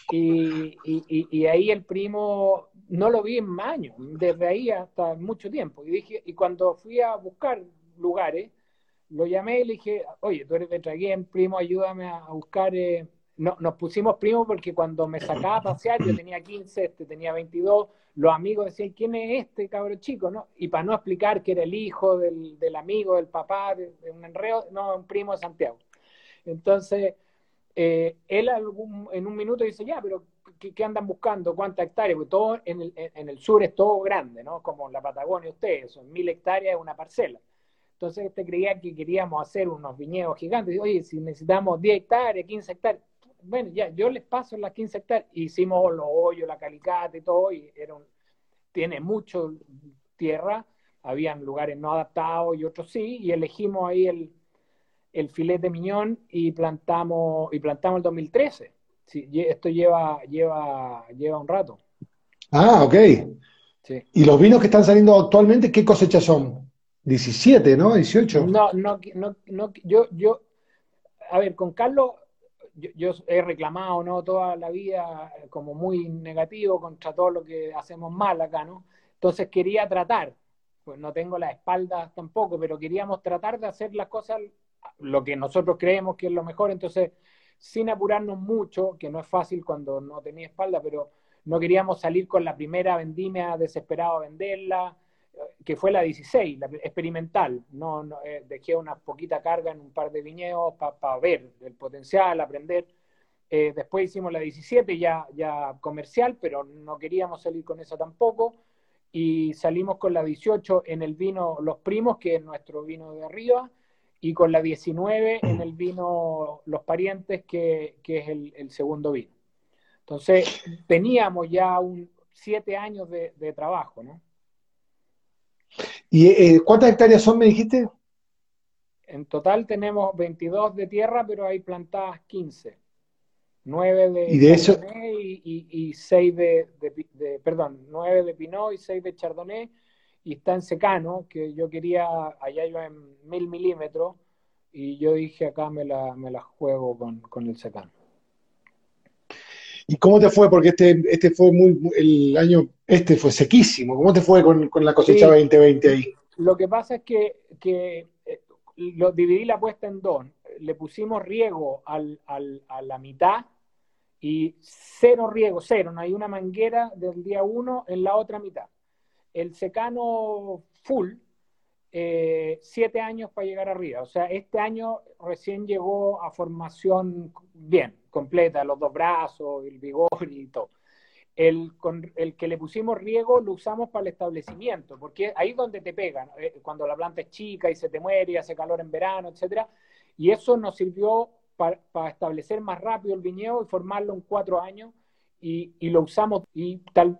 Y, y, y, y ahí el primo no lo vi en años, desde ahí hasta mucho tiempo. Y, dije, y cuando fui a buscar lugares, lo llamé y le dije, oye, tú eres de Traguén, primo, ayúdame a, a buscar. Eh... No, nos pusimos primos porque cuando me sacaba a pasear, yo tenía quince, este tenía veintidós, los amigos decían, ¿quién es este cabro chico? ¿No? Y para no explicar que era el hijo del, del amigo, del papá, de, de un enreo, no, un primo de Santiago. Entonces, eh, él algún, en un minuto dice, ya, pero ¿qué, qué andan buscando? ¿Cuántas hectáreas? Porque todo en el, en el sur es todo grande, ¿no? Como en la Patagonia ustedes, son mil hectáreas de una parcela. Entonces este creía que queríamos hacer unos viñedos gigantes. Oye, si necesitamos diez hectáreas, quince hectáreas, bueno, ya, yo les paso las quince hectáreas. Hicimos los hoyos, la calicata y todo, y era un, tiene mucho tierra, habían lugares no adaptados y otros sí, y elegimos ahí el, el filete de miñón y plantamos, y plantamos el dos mil trece. Sí, esto lleva, lleva, lleva un rato. Ah, ok. Sí. ¿Y los vinos que están saliendo actualmente, qué cosechas son? Diecisiete, ¿no? Dieciocho. No, no, no, no, yo, yo, a ver, con Carlos, yo, yo he reclamado, ¿no? Toda la vida como muy negativo contra todo lo que hacemos mal acá, ¿no? Entonces quería tratar, pues no tengo la espalda tampoco, pero queríamos tratar de hacer las cosas lo que nosotros creemos que es lo mejor, entonces sin apurarnos mucho, que no es fácil cuando no tenía espalda, pero no queríamos salir con la primera vendimia desesperado a venderla, que fue la dieciséis, la experimental. No, no eh, dejé una poquita carga en un par de viñedos para pa ver el potencial, aprender. Eh, después hicimos la diecisiete ya, ya comercial, pero no queríamos salir con eso tampoco. Y salimos con la dieciocho en el vino Los Primos, que es nuestro vino de arriba, y con la diecinueve en el vino Los Parientes, que, que es el, el, segundo vino. Entonces, teníamos ya un siete años de, de trabajo, ¿no? ¿Y eh, cuántas hectáreas son, me dijiste? En total tenemos veintidós de tierra, pero hay plantadas quince. nueve Y de de eso, Chardonnay y, y, y seis de, de, de, perdón, nueve de Pinot y seis de Chardonnay. Y está en secano, que yo quería, allá iba en mil milímetros, y yo dije acá me la, me la juego con, con el secano. ¿Y cómo te fue? Porque este, este fue muy, muy- el año, este fue sequísimo. ¿Cómo te fue con, con la cosecha Sí, dos mil veinte ahí? lo que pasa es que, que eh, lo dividí la puesta en dos. Le pusimos riego al, al, a la mitad y cero riego, cero. No hay una manguera del día uno en la otra mitad. El secano full, eh, siete años para llegar arriba. O sea, este año recién llegó a formación bien, completa, los dos brazos, el vigor y todo. El, con, el que le pusimos riego lo usamos para el establecimiento, porque ahí es donde te pegan, eh, cuando la planta es chica y se te muere y hace calor en verano, etcétera. Y eso nos sirvió para, para establecer más rápido el viñedo y formarlo en cuatro años y, y lo usamos y tal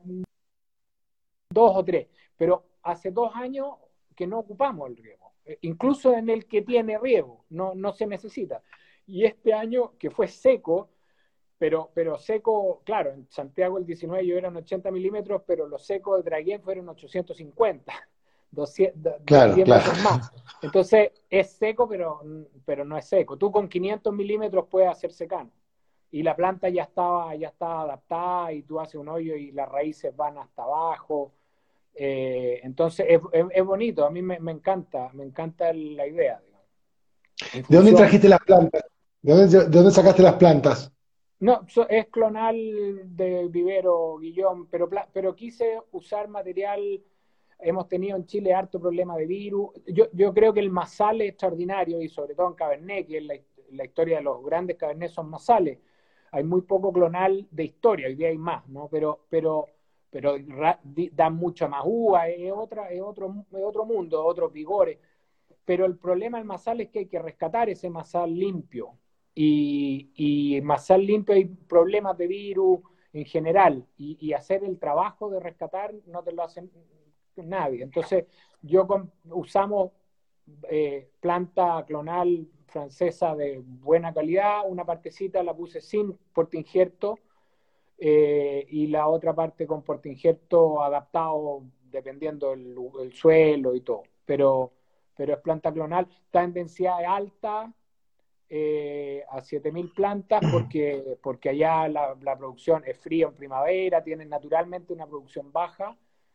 dos o tres, pero hace dos años que no ocupamos el riego, eh, incluso en el que tiene riego, no, no se necesita. Y este año que fue seco, pero, pero seco, claro, en Santiago el diecinueve yo eran ochenta milímetros, pero los secos de Draguén fueron ochocientos cincuenta, doscientos, Claro, diez claro. veces más. Entonces es seco, pero, pero no es seco. Tú con quinientos milímetros puedes hacer secano. Y la planta ya estaba, ya estaba adaptada y tú haces un hoyo y las raíces van hasta abajo. Eh, entonces es, es, es, bonito, a mí me, me, encanta, me encanta la idea, digamos. Y ¿De dónde funciona. trajiste las plantas? ¿De dónde, de dónde sacaste las plantas? No, so, es clonal de Vivero Guillón, pero, pero quise usar material. Hemos tenido en Chile harto problema de virus. Yo, yo creo que el masal es extraordinario y sobre todo en Cabernet, que es la, la historia de los grandes Cabernet son masales. Hay muy poco clonal de historia, hoy día hay más, ¿no? Pero, pero, pero dan mucha más uva, es, otra, es, otro, es otro mundo, otros vigores. Pero el problema del masal es que hay que rescatar ese masal limpio. Y, y masal limpio hay problemas de virus en general. Y, y hacer el trabajo de rescatar no te lo hacen nadie. Entonces, yo con, usamos eh, planta clonal francesa de buena calidad, una partecita la puse sin portainjerto eh, y la otra parte con portainjerto adaptado dependiendo el, el suelo y todo. Pero, pero es planta clonal, está en densidad alta, eh, a siete mil plantas porque, porque allá la, la, producción es fría en primavera, tienen naturalmente una producción baja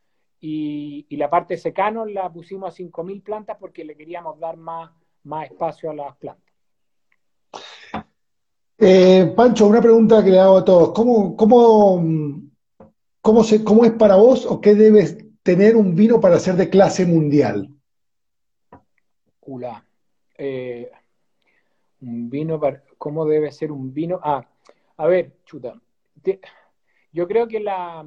y, y la parte secano la pusimos a cinco mil plantas porque le queríamos dar más, más espacio a las plantas. Eh, Pancho, una pregunta que le hago a todos. ¿Cómo, cómo, cómo, se, ¿Cómo es para vos o qué debes tener un vino para ser de clase mundial? Ula. Eh, un vino para, ¿cómo debe ser un vino? Ah, a ver, chuta. Te, yo creo que la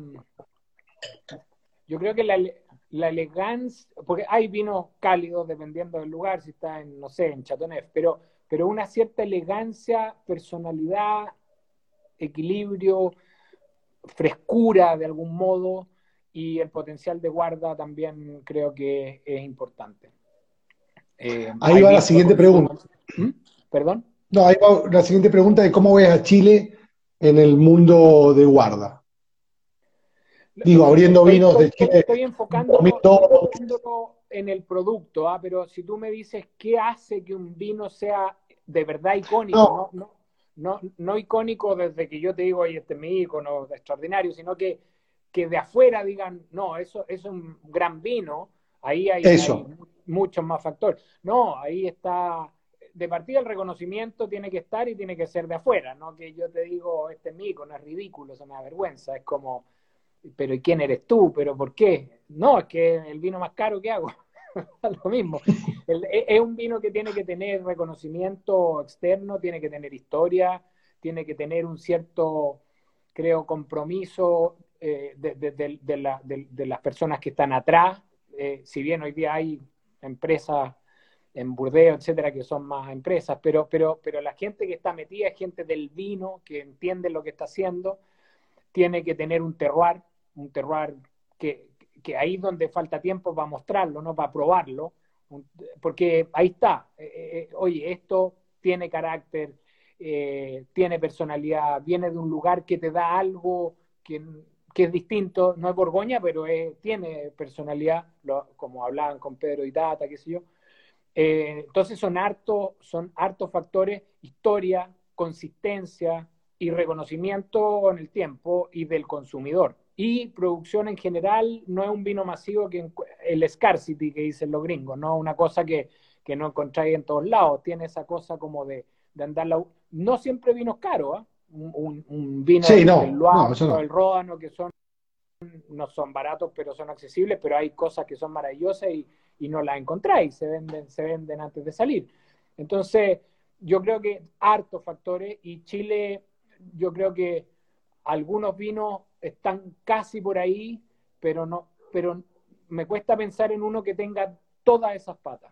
yo creo que la, la elegancia, porque hay vinos cálidos dependiendo del lugar, si está en, no sé, en Chateauneuf, pero, pero una cierta elegancia, personalidad, equilibrio, frescura de algún modo y el potencial de guarda también creo que es importante. Eh, Ahí hay va la vinos que siguiente pregunta. consuman. ¿Mm? ¿Perdón? No, ahí va la siguiente pregunta de cómo ves a Chile en el mundo de guarda. Digo, abriendo Estoy, vinos estoy, de Chile estoy enfocándolo, estoy dos mil dos. enfocándolo en el producto, ¿ah? Pero si tú me dices qué hace que un vino sea de verdad icónico, No, no, no, no, no icónico desde que yo te digo, oye, este es mi icono extraordinario, sino que, que de afuera digan, no, eso, eso es un gran vino, ahí hay, hay eso. muchos más factores. No, ahí está, de partida el reconocimiento tiene que estar y tiene que ser de afuera, no que yo te digo, este es mi icono, es ridículo, es una vergüenza, es como pero ¿y quién eres tú? ¿Pero por qué? No, es que el vino más caro que hago. Lo mismo. El, es un vino que tiene que tener reconocimiento externo, tiene que tener historia, tiene que tener un cierto, creo, compromiso eh, de, de, de, de, la, de, las personas que están atrás. Eh, si bien hoy día hay empresas en Burdeos, etcétera, que son más empresas, pero, pero, pero la gente que está metida es gente del vino, que entiende lo que está haciendo, tiene que tener un terroir, un terroir que, que ahí es donde falta tiempo para mostrarlo, no para probarlo, porque ahí está, eh, eh, oye, esto tiene carácter, eh, tiene personalidad, viene de un lugar que te da algo que, que es distinto, no es Borgoña, pero es, tiene personalidad, lo, como hablaban con Pedro y Tata, qué sé yo. Eh, entonces son hartos son hartos factores, historia, consistencia, y reconocimiento en el tiempo y del consumidor. Y producción en general no es un vino masivo, que el scarcity que dicen los gringos, no una cosa que, que no encontráis en todos lados, tiene esa cosa como de, de andarla. No siempre vinos caros, ¿eh? un, un, un vino Sí, del, del no, no, Loire eso o no. del Ródano, que son, no son baratos, pero son accesibles, pero hay cosas que son maravillosas y, y no las encontráis, se venden, se venden antes de salir. Entonces, yo creo que hartos factores, y Chile, yo creo que algunos vinos están casi por ahí, pero no, pero me cuesta pensar en uno que tenga todas esas patas.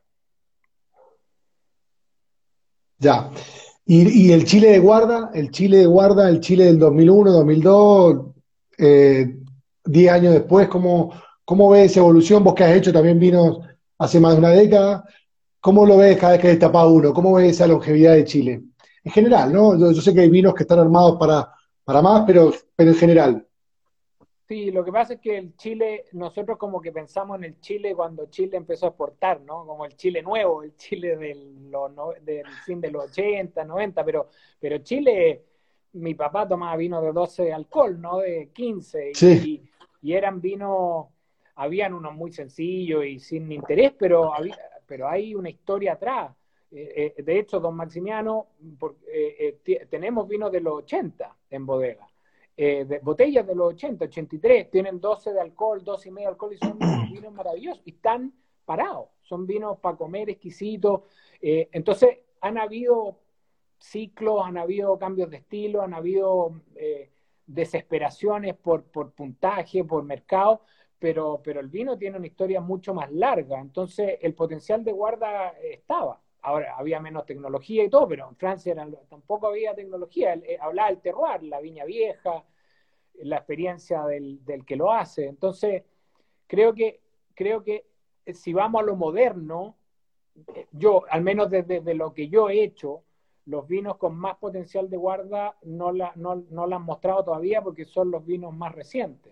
Ya. Y, y el Chile de guarda, el Chile de guarda, el Chile del dos mil uno, dos mil dos, eh, diez años después, ¿cómo, cómo ves esa evolución? Vos que has hecho también vinos hace más de una década, ¿cómo lo ves cada vez que destapás uno? ¿Cómo ves esa longevidad de Chile? En general, ¿no? Yo, yo sé que hay vinos que están armados para, para más, pero, pero en general. Sí, lo que pasa es que el Chile, nosotros como que pensamos en el Chile cuando Chile empezó a exportar, ¿no? Como el Chile nuevo, el Chile del, lo, no, del fin de los ochenta, noventa, pero, pero Chile, mi papá tomaba vino de doce alcohol, ¿no? De quince, y, Sí, y, y eran vinos, habían unos muy sencillos y sin interés, pero, había, pero hay una historia atrás. Eh, eh, de hecho, don Maximiano, por, eh, eh, tenemos vinos de los ochenta en bodega, eh, de, botellas de los ochenta, ochenta y tres, tienen doce de alcohol, doce y medio de alcohol, y son unos vinos maravillosos, y están parados, son vinos para comer exquisitos. Eh, entonces, han habido ciclos, han habido cambios de estilo, han habido eh, desesperaciones por, por puntaje, por mercado, pero, pero el vino tiene una historia mucho más larga, entonces el potencial de guarda estaba. Ahora, había menos tecnología y todo, pero en Francia era, tampoco había tecnología. Eh, hablaba del terroir, la viña vieja, la experiencia del, del que lo hace. Entonces, creo que, creo que si vamos a lo moderno, yo, al menos desde, desde lo que yo he hecho, los vinos con más potencial de guarda no la, no, no la han mostrado todavía porque son los vinos más recientes.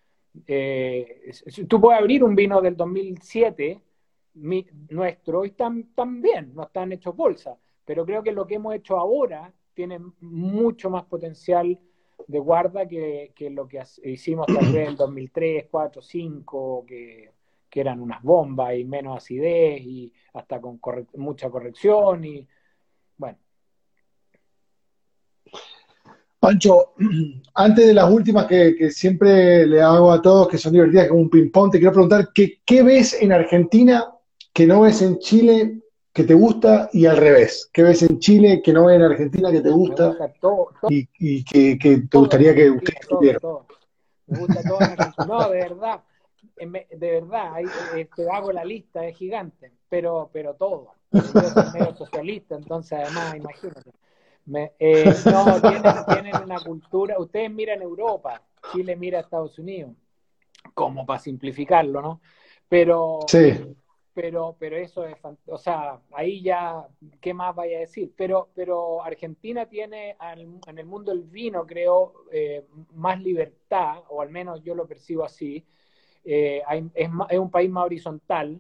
Eh, tú puedes abrir un vino del dos mil siete, mi, nuestro, y están, están bien, no están hechos bolsa, pero creo que lo que hemos hecho ahora tiene mucho más potencial de guarda que, que lo que hicimos tal vez en dos mil tres, cuatro, cinco, que, que eran unas bombas y menos acidez y hasta con corre mucha corrección y bueno. Pancho, antes de las últimas que, que siempre le hago a todos, que son divertidas como un ping-pong, te quiero preguntar, ¿qué, ¿qué ves en Argentina que no ves en Chile que te gusta y al revés? ¿Qué ves en Chile que no ves en Argentina que te Me gusta gusta todo, todo, y, y que, que te todo en gustaría que ustedes Argentina, todo, tuvieran? todo. Me gusta todo en Argentina. No, de verdad, de verdad, ahí, eh, te hago la lista, es gigante, pero, pero todo. Yo soy medio socialista, entonces además, imagínate. Me, eh, no, tienen, tienen una cultura, ustedes miran Europa, Chile mira a Estados Unidos, como para simplificarlo, ¿no? Pero, Sí, pero, pero eso es, o sea, ahí ya, ¿qué más vaya a decir? Pero, pero Argentina tiene al, en el mundo del vino, creo, eh, más libertad, o al menos yo lo percibo así. Eh, hay, es, es, un país más horizontal,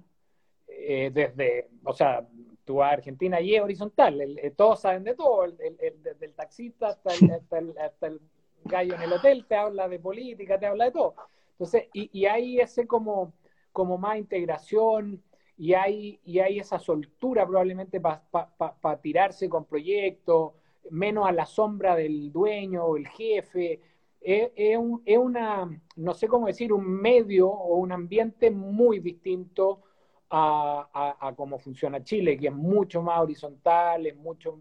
eh, desde, o sea, tú vas a Argentina y es horizontal, el, el, todos saben de todo, el, el, desde el taxista hasta el, hasta, el, hasta el gallo en el hotel te habla de política, te habla de todo. Entonces, y, y hay ese como, como más integración, y hay, y hay esa soltura probablemente para pa, pa, pa tirarse con proyectos, menos a la sombra del dueño o el jefe. Es, es, un, es una, no sé cómo decir, un medio o un ambiente muy distinto a, a, a cómo funciona Chile, que es mucho más horizontal, es mucho...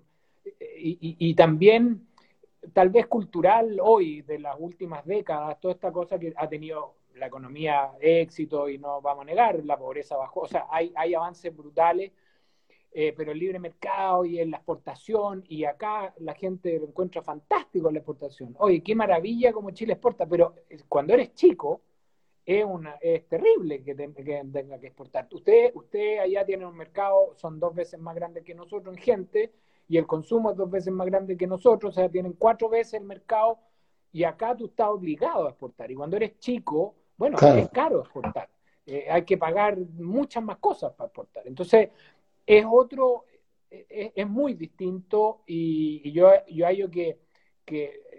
Y, y, y también, tal vez cultural hoy, de las últimas décadas, toda esta cosa que ha tenido la economía éxito, y no vamos a negar, la pobreza bajó, o sea, hay, hay avances brutales, eh, pero el libre mercado y en la exportación, y acá la gente lo encuentra fantástico en la exportación. Oye, qué maravilla como Chile exporta, pero cuando eres chico es, una, es terrible que, te, que tenga que exportar. Usted, usted allá tiene un mercado, son dos veces más grande que nosotros en gente, y el consumo es dos veces más grande que nosotros, o sea, tienen cuatro veces el mercado, y acá tú estás obligado a exportar. Y cuando eres chico, bueno, es claro. caro exportar. Eh, hay que pagar muchas más cosas para exportar. Entonces, es otro, es, es muy distinto, y, y yo, yo hallo que, que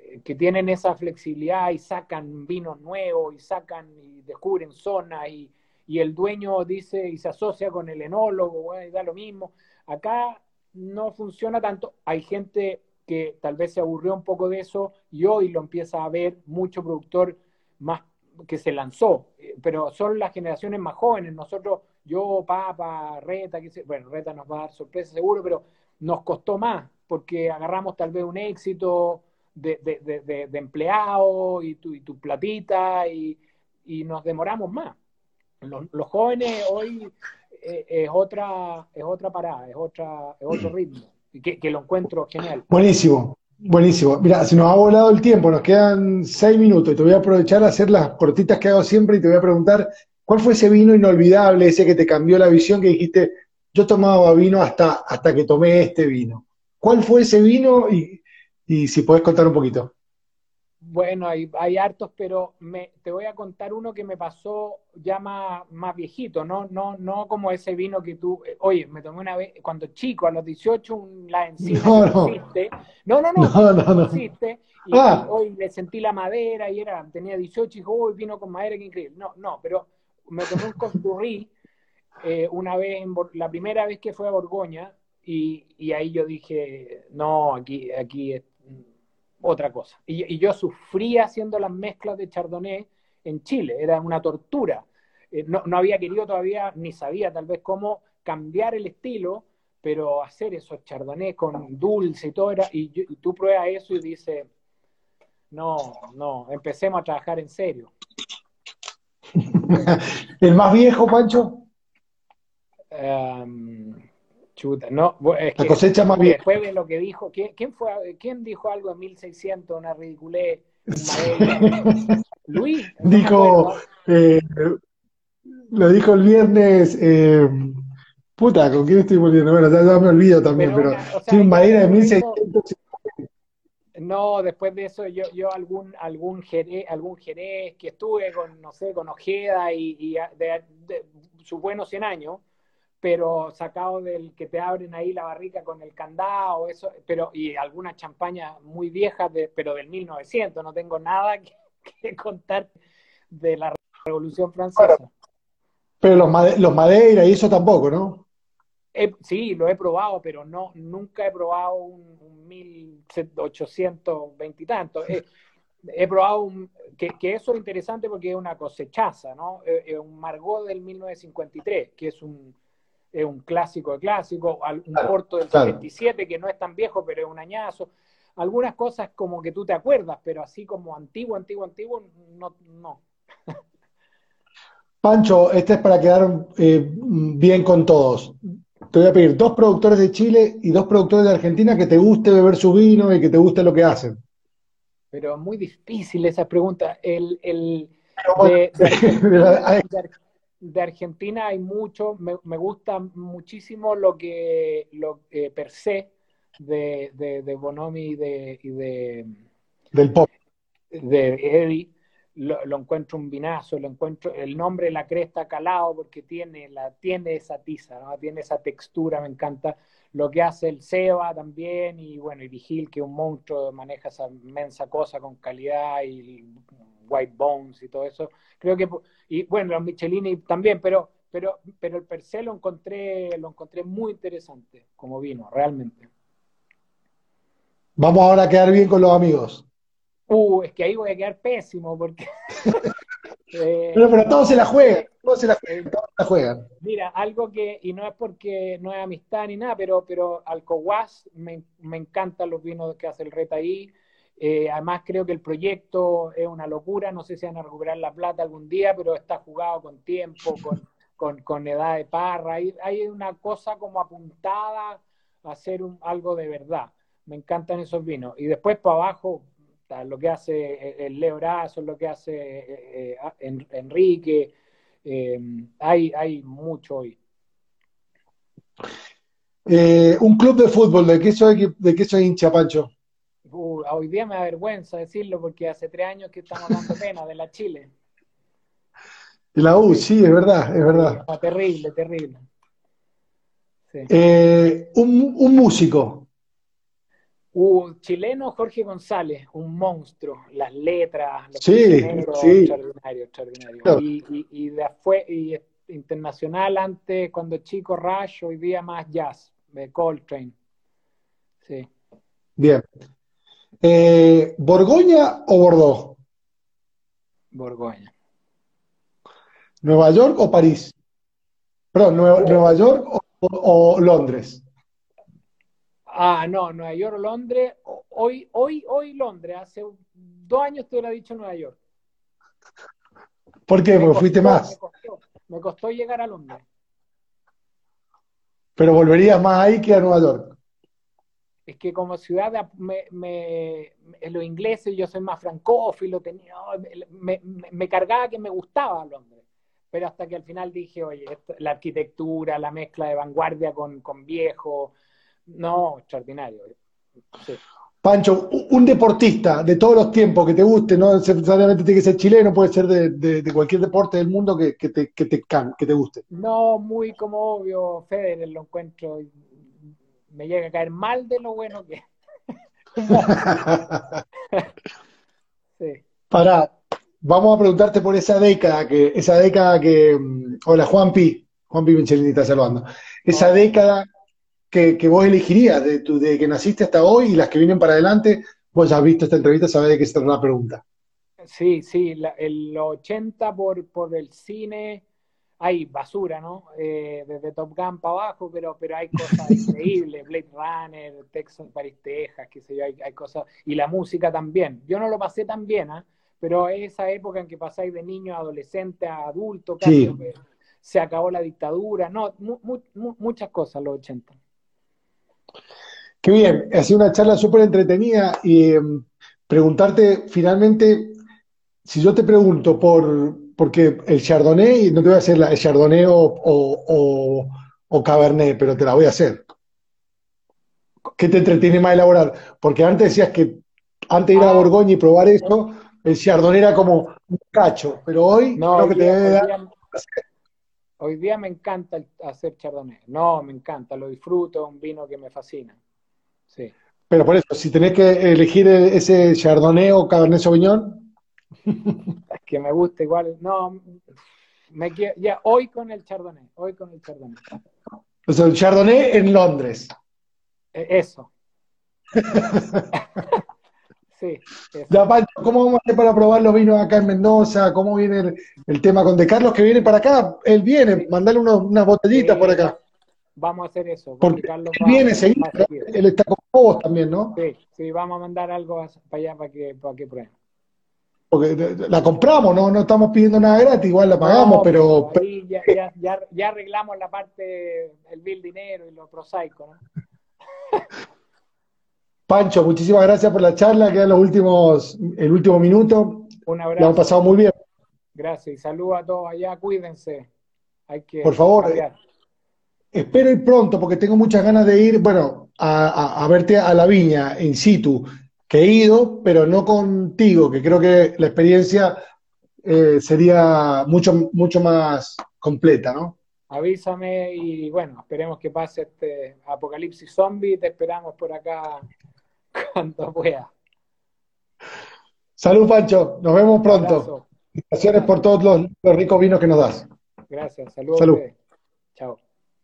que, que tienen esa flexibilidad y sacan vinos nuevos y sacan y descubren zonas y, y el dueño dice y se asocia con el enólogo, bueno, y da lo mismo. Acá no funciona tanto. Hay gente que tal vez se aburrió un poco de eso y hoy lo empieza a ver mucho productor más que se lanzó, pero son las generaciones más jóvenes. Nosotros, yo, Papa, Reta, que se, bueno, Reta nos va a dar sorpresa seguro, pero nos costó más porque agarramos tal vez un éxito de, de, de, de, de empleado y tu, y tu platita y, y nos demoramos más. Los, los jóvenes hoy eh, es otra es otra parada, es otra es otro ritmo, que, que lo encuentro genial. Buenísimo, buenísimo. Mira, se nos ha volado el tiempo, nos quedan seis minutos y te voy a aprovechar a hacer las cortitas que hago siempre y te voy a preguntar, ¿cuál fue ese vino inolvidable, ese que te cambió la visión, que dijiste, yo tomaba vino hasta, hasta que tomé este vino? ¿Cuál fue ese vino? Y, y si podés contar un poquito. Bueno, hay, hay hartos, pero me, te voy a contar uno que me pasó ya más, más viejito, ¿no? No, no como ese vino que tú, eh, oye, me tomé una vez, cuando chico, a los dieciocho, un- la encina que No, no no, existe. No, no, no, no, no, no no. existe. Y, y Ah, hoy le sentí la madera y era, tenía dieciocho y dije, uy, vino con madera, qué increíble. No, no, pero me tomé un Costurrí eh, una vez, en, Bor- la primera vez que fue a Borgoña, y, y ahí yo dije, no, aquí, aquí es mm, otra cosa. Y, y yo sufría haciendo las mezclas de Chardonnay en Chile, era una tortura. Eh, no, no había querido todavía, ni sabía tal vez cómo cambiar el estilo, pero hacer esos Chardonnay con dulce y todo era, y, yo- y tú pruebas eso y dices, no, no, empecemos a trabajar en serio. ¿el más viejo, Pancho? Um, chuta, no, es La que cosecha más vieja. después de lo que dijo, ¿quién, quién fue, quién dijo algo en mil seiscientos, una ridiculez, un Madeira? Luis, no me Dijo, acuerdo, eh, lo dijo el viernes, eh, puta, ¿con quién estoy volviendo? Bueno, ya, ya me olvido también, pero pero una, o sí, sea, un ya Madeira de después de eso, mil seiscientos. no, después de eso yo, yo algún, algún jerez, algún jerez que estuve con, no sé, con Ojeda y, y de, de, sus buenos cien años, pero sacado del que te abren ahí la barrica con el candado, eso, pero y algunas champañas muy viejas, de, pero del mil novecientos, no tengo nada que, que contar de la Revolución Bueno, Francesa. pero los, Made- los Madeira y eso tampoco, ¿no? He, sí, lo he probado, pero no, nunca he probado un, un mil ochocientos veinte y tanto. He, he probado un, que, que eso es interesante porque es una cosechaza, ¿no? Es un Margot del mil novecientos cincuenta y tres, que es un, es un clásico de clásico, un Claro, Porto del setenta claro. y siete que no es tan viejo, pero es un añazo. Algunas cosas como que tú te acuerdas, pero así como antiguo, antiguo, antiguo, no. no. Pancho, este es para quedar eh, bien con todos. Te voy a pedir dos productores de Chile y dos productores de Argentina que te guste beber su vino y que te guste lo que hacen. Pero muy difícil esa pregunta. El, el Pero bueno, de, de Argentina, hay- de, de, Argentina hay mucho, me, me gusta muchísimo lo que, lo eh, per se de, de, de Bonomi y de, y de, del pop. de Eddie, lo, lo, encuentro un vinazo, lo encuentro, el nombre La Cresta calado porque tiene, la, tiene esa tiza, ¿no? Tiene esa textura, me encanta lo que hace el Seba también, y bueno, y Vigil, que es un monstruo, maneja esa inmensa cosa con calidad, y White Bones y todo eso, creo que, y bueno, los Michelini también, pero, pero, pero el per se lo encontré, lo encontré muy interesante como vino, realmente. Vamos ahora a quedar bien con los amigos. Uh, es que ahí voy a quedar pésimo porque Pero, eh, pero todos se no, la juegan, eh, todos se la eh, juegan, todos se la juegan. mira, algo que, y no es porque no es amistad ni nada, pero, pero Alcohuas, me, me encantan los vinos que hace el Reta ahí. Eh, además creo que el proyecto es una locura, no sé si van a recuperar la plata algún día, pero está jugado con tiempo, con, con, con edad de parra. Hay, hay una cosa como apuntada a hacer un, algo de verdad. Me encantan esos vinos. Y después para abajo, lo que hace el Leo Brazo, lo que hace eh, eh, Enrique. Eh, hay, hay mucho hoy. Eh, un club de fútbol, ¿de qué soy, de qué soy hincha, Pancho? Uh, hoy día me da vergüenza decirlo porque hace tres años que estamos dando pena de la Chile. De la U, Sí, sí, es verdad, es sí, verdad. no, terrible, terrible. Sí. Eh, un, un músico. Uh, chileno Jorge González, un monstruo, las letras, los Sí, prisioneros, sí. extraordinario, extraordinario. Y, y, y, de fue, y internacional antes, cuando chico, Rush, hoy día más jazz, de Coltrane. Sí. Bien. Eh, ¿Borgoña o Bordeaux? Borgoña. ¿Nueva York o París? Perdón, ¿Nueva, Nueva Oh. York o, o, o Londres? Ah, no, Nueva York o Londres. Hoy, hoy, hoy Londres. Hace dos años te hubiera dicho Nueva York. ¿Por qué? Me Porque fuiste costó, me más. costó, me costó llegar a Londres. Pero volverías más ahí que a Nueva York. Es que como ciudad, me, me, los ingleses, yo soy más francófilo, tenía, me, me, me cargaba que me gustaba Londres. Pero hasta que al final dije, oye, esto, la arquitectura, la mezcla de vanguardia con, con viejo, no, extraordinario. Sí. Pancho, un deportista de todos los tiempos que te guste, no necesariamente tiene que ser chileno, puede ser de, de, de cualquier deporte del mundo que, que, te, que, te, que te guste. No, muy como obvio, Federer lo encuentro, me llega a caer mal de lo bueno que es. Sí. Para, vamos a preguntarte por esa década que, esa década que, mm, hola Juanpi, Juanpi Michelini está saludando, esa Hola. década que, que vos elegirías de, tu, de que naciste hasta hoy y las que vienen para adelante, vos ya has visto esta entrevista, sabés de qué se trata la pregunta. Sí, sí, la, el ochenta por, por el cine, hay basura, ¿no? Eh, desde Top Gun para abajo, pero, pero hay cosas increíbles, Blade Runner, Texas, París, Texas, qué sé yo, hay, hay cosas, y la música también. Yo no lo pasé tan bien, ¿eh? Pero esa época en que pasáis de niño a adolescente a adulto, casi Sí, eh, se acabó la dictadura, no, mu, mu, muchas cosas los ochenta. qué bien, ha sido una charla súper entretenida y eh, preguntarte finalmente, si yo te pregunto por, porque el Chardonnay, no te voy a hacer la, el Chardonnay o, o, o, o Cabernet, pero te la voy a hacer. ¿Qué te entretiene más elaborar? Porque antes decías que antes de ir a Ah, Borgoña y probar eso, el Chardonnay era como un cacho, pero hoy no, creo hoy que te día, debe hoy dar. día Hoy día me encanta el- hacer chardonnay. No, me encanta, lo disfruto, es un vino que me fascina. Sí. Pero por eso, si tenés que elegir ese Chardonnay o Cabernet Sauvignon, Es que me gusta igual. No, me quedo, ya hoy con el chardonnay, hoy con el chardonnay. o sea, el Chardonnay en Londres. Eh, Eso, sí, eso. Ya, Pancho, ¿cómo vamos a hacer para probar los vinos acá en Mendoza? ¿Cómo viene el, el tema con De Carlos que viene para acá? Él viene, Sí, mandale unos- unas botellitas por sí, va- acá. vamos a hacer eso. Con Porque Di Carlos él va, viene seguido, va seguido. él está con vos también, ¿no? Sí, sí, vamos a mandar algo a- para allá para que, para que prueben. Porque de- de- la compramos, ¿no? No estamos pidiendo nada gratis, igual la pagamos, No, pero pero, pero, ahí ya, ya, ya, ya arreglamos la parte, el bill dinero y lo prosaico, ¿no? Pancho, muchísimas gracias por la charla, quedan los últimos, el último minuto, Un lo hemos abrazo. pasado muy bien. Gracias y saludos a todos allá, cuídense, hay Por que favor, eh, cambiar. espero ir pronto porque tengo muchas ganas de ir, bueno, a, a- a verte a la viña in situ, que he ido, pero no contigo, que creo que la experiencia eh, sería mucho, mucho más completa, ¿no? Avísame y bueno, esperemos que pase este apocalipsis zombie, te esperamos por acá cuando pueda. Salud, Pancho, nos vemos pronto. Abrazo, Gracias por abrazo, todos los, los ricos vinos que nos das. gracias, saludos a Salud. ustedes. Chao.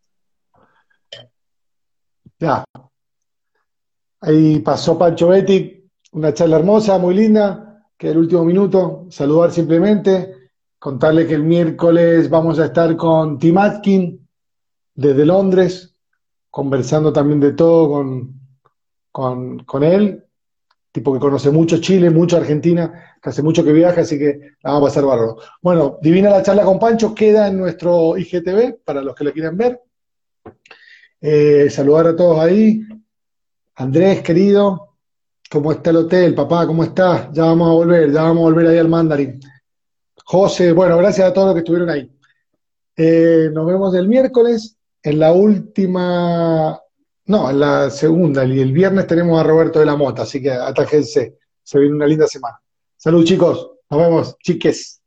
Ya, ahí pasó Pancho Betti, una charla hermosa, muy linda, que el último minuto, saludar simplemente, contarle que el miércoles vamos a estar con Tim Atkin desde Londres, conversando también de todo con, con, con él, tipo que conoce mucho Chile, mucho Argentina, que hace mucho que viaja, así que la vamos a pasar bárbaro. Bueno, divina la charla con Pancho, queda en nuestro I G T V para los que lo quieran ver. Eh, saludar a todos ahí. Andrés, querido, ¿cómo está el hotel, papá? ¿Cómo está? Ya vamos a volver, ya vamos a volver ahí al Mandarin. José, bueno, gracias a todos los que estuvieron ahí. Eh, nos vemos el miércoles en la última, no, en la segunda, y el viernes tenemos a Roberto de la Mota, así que atájense, se viene una linda semana. Salud, chicos, nos vemos, chiques.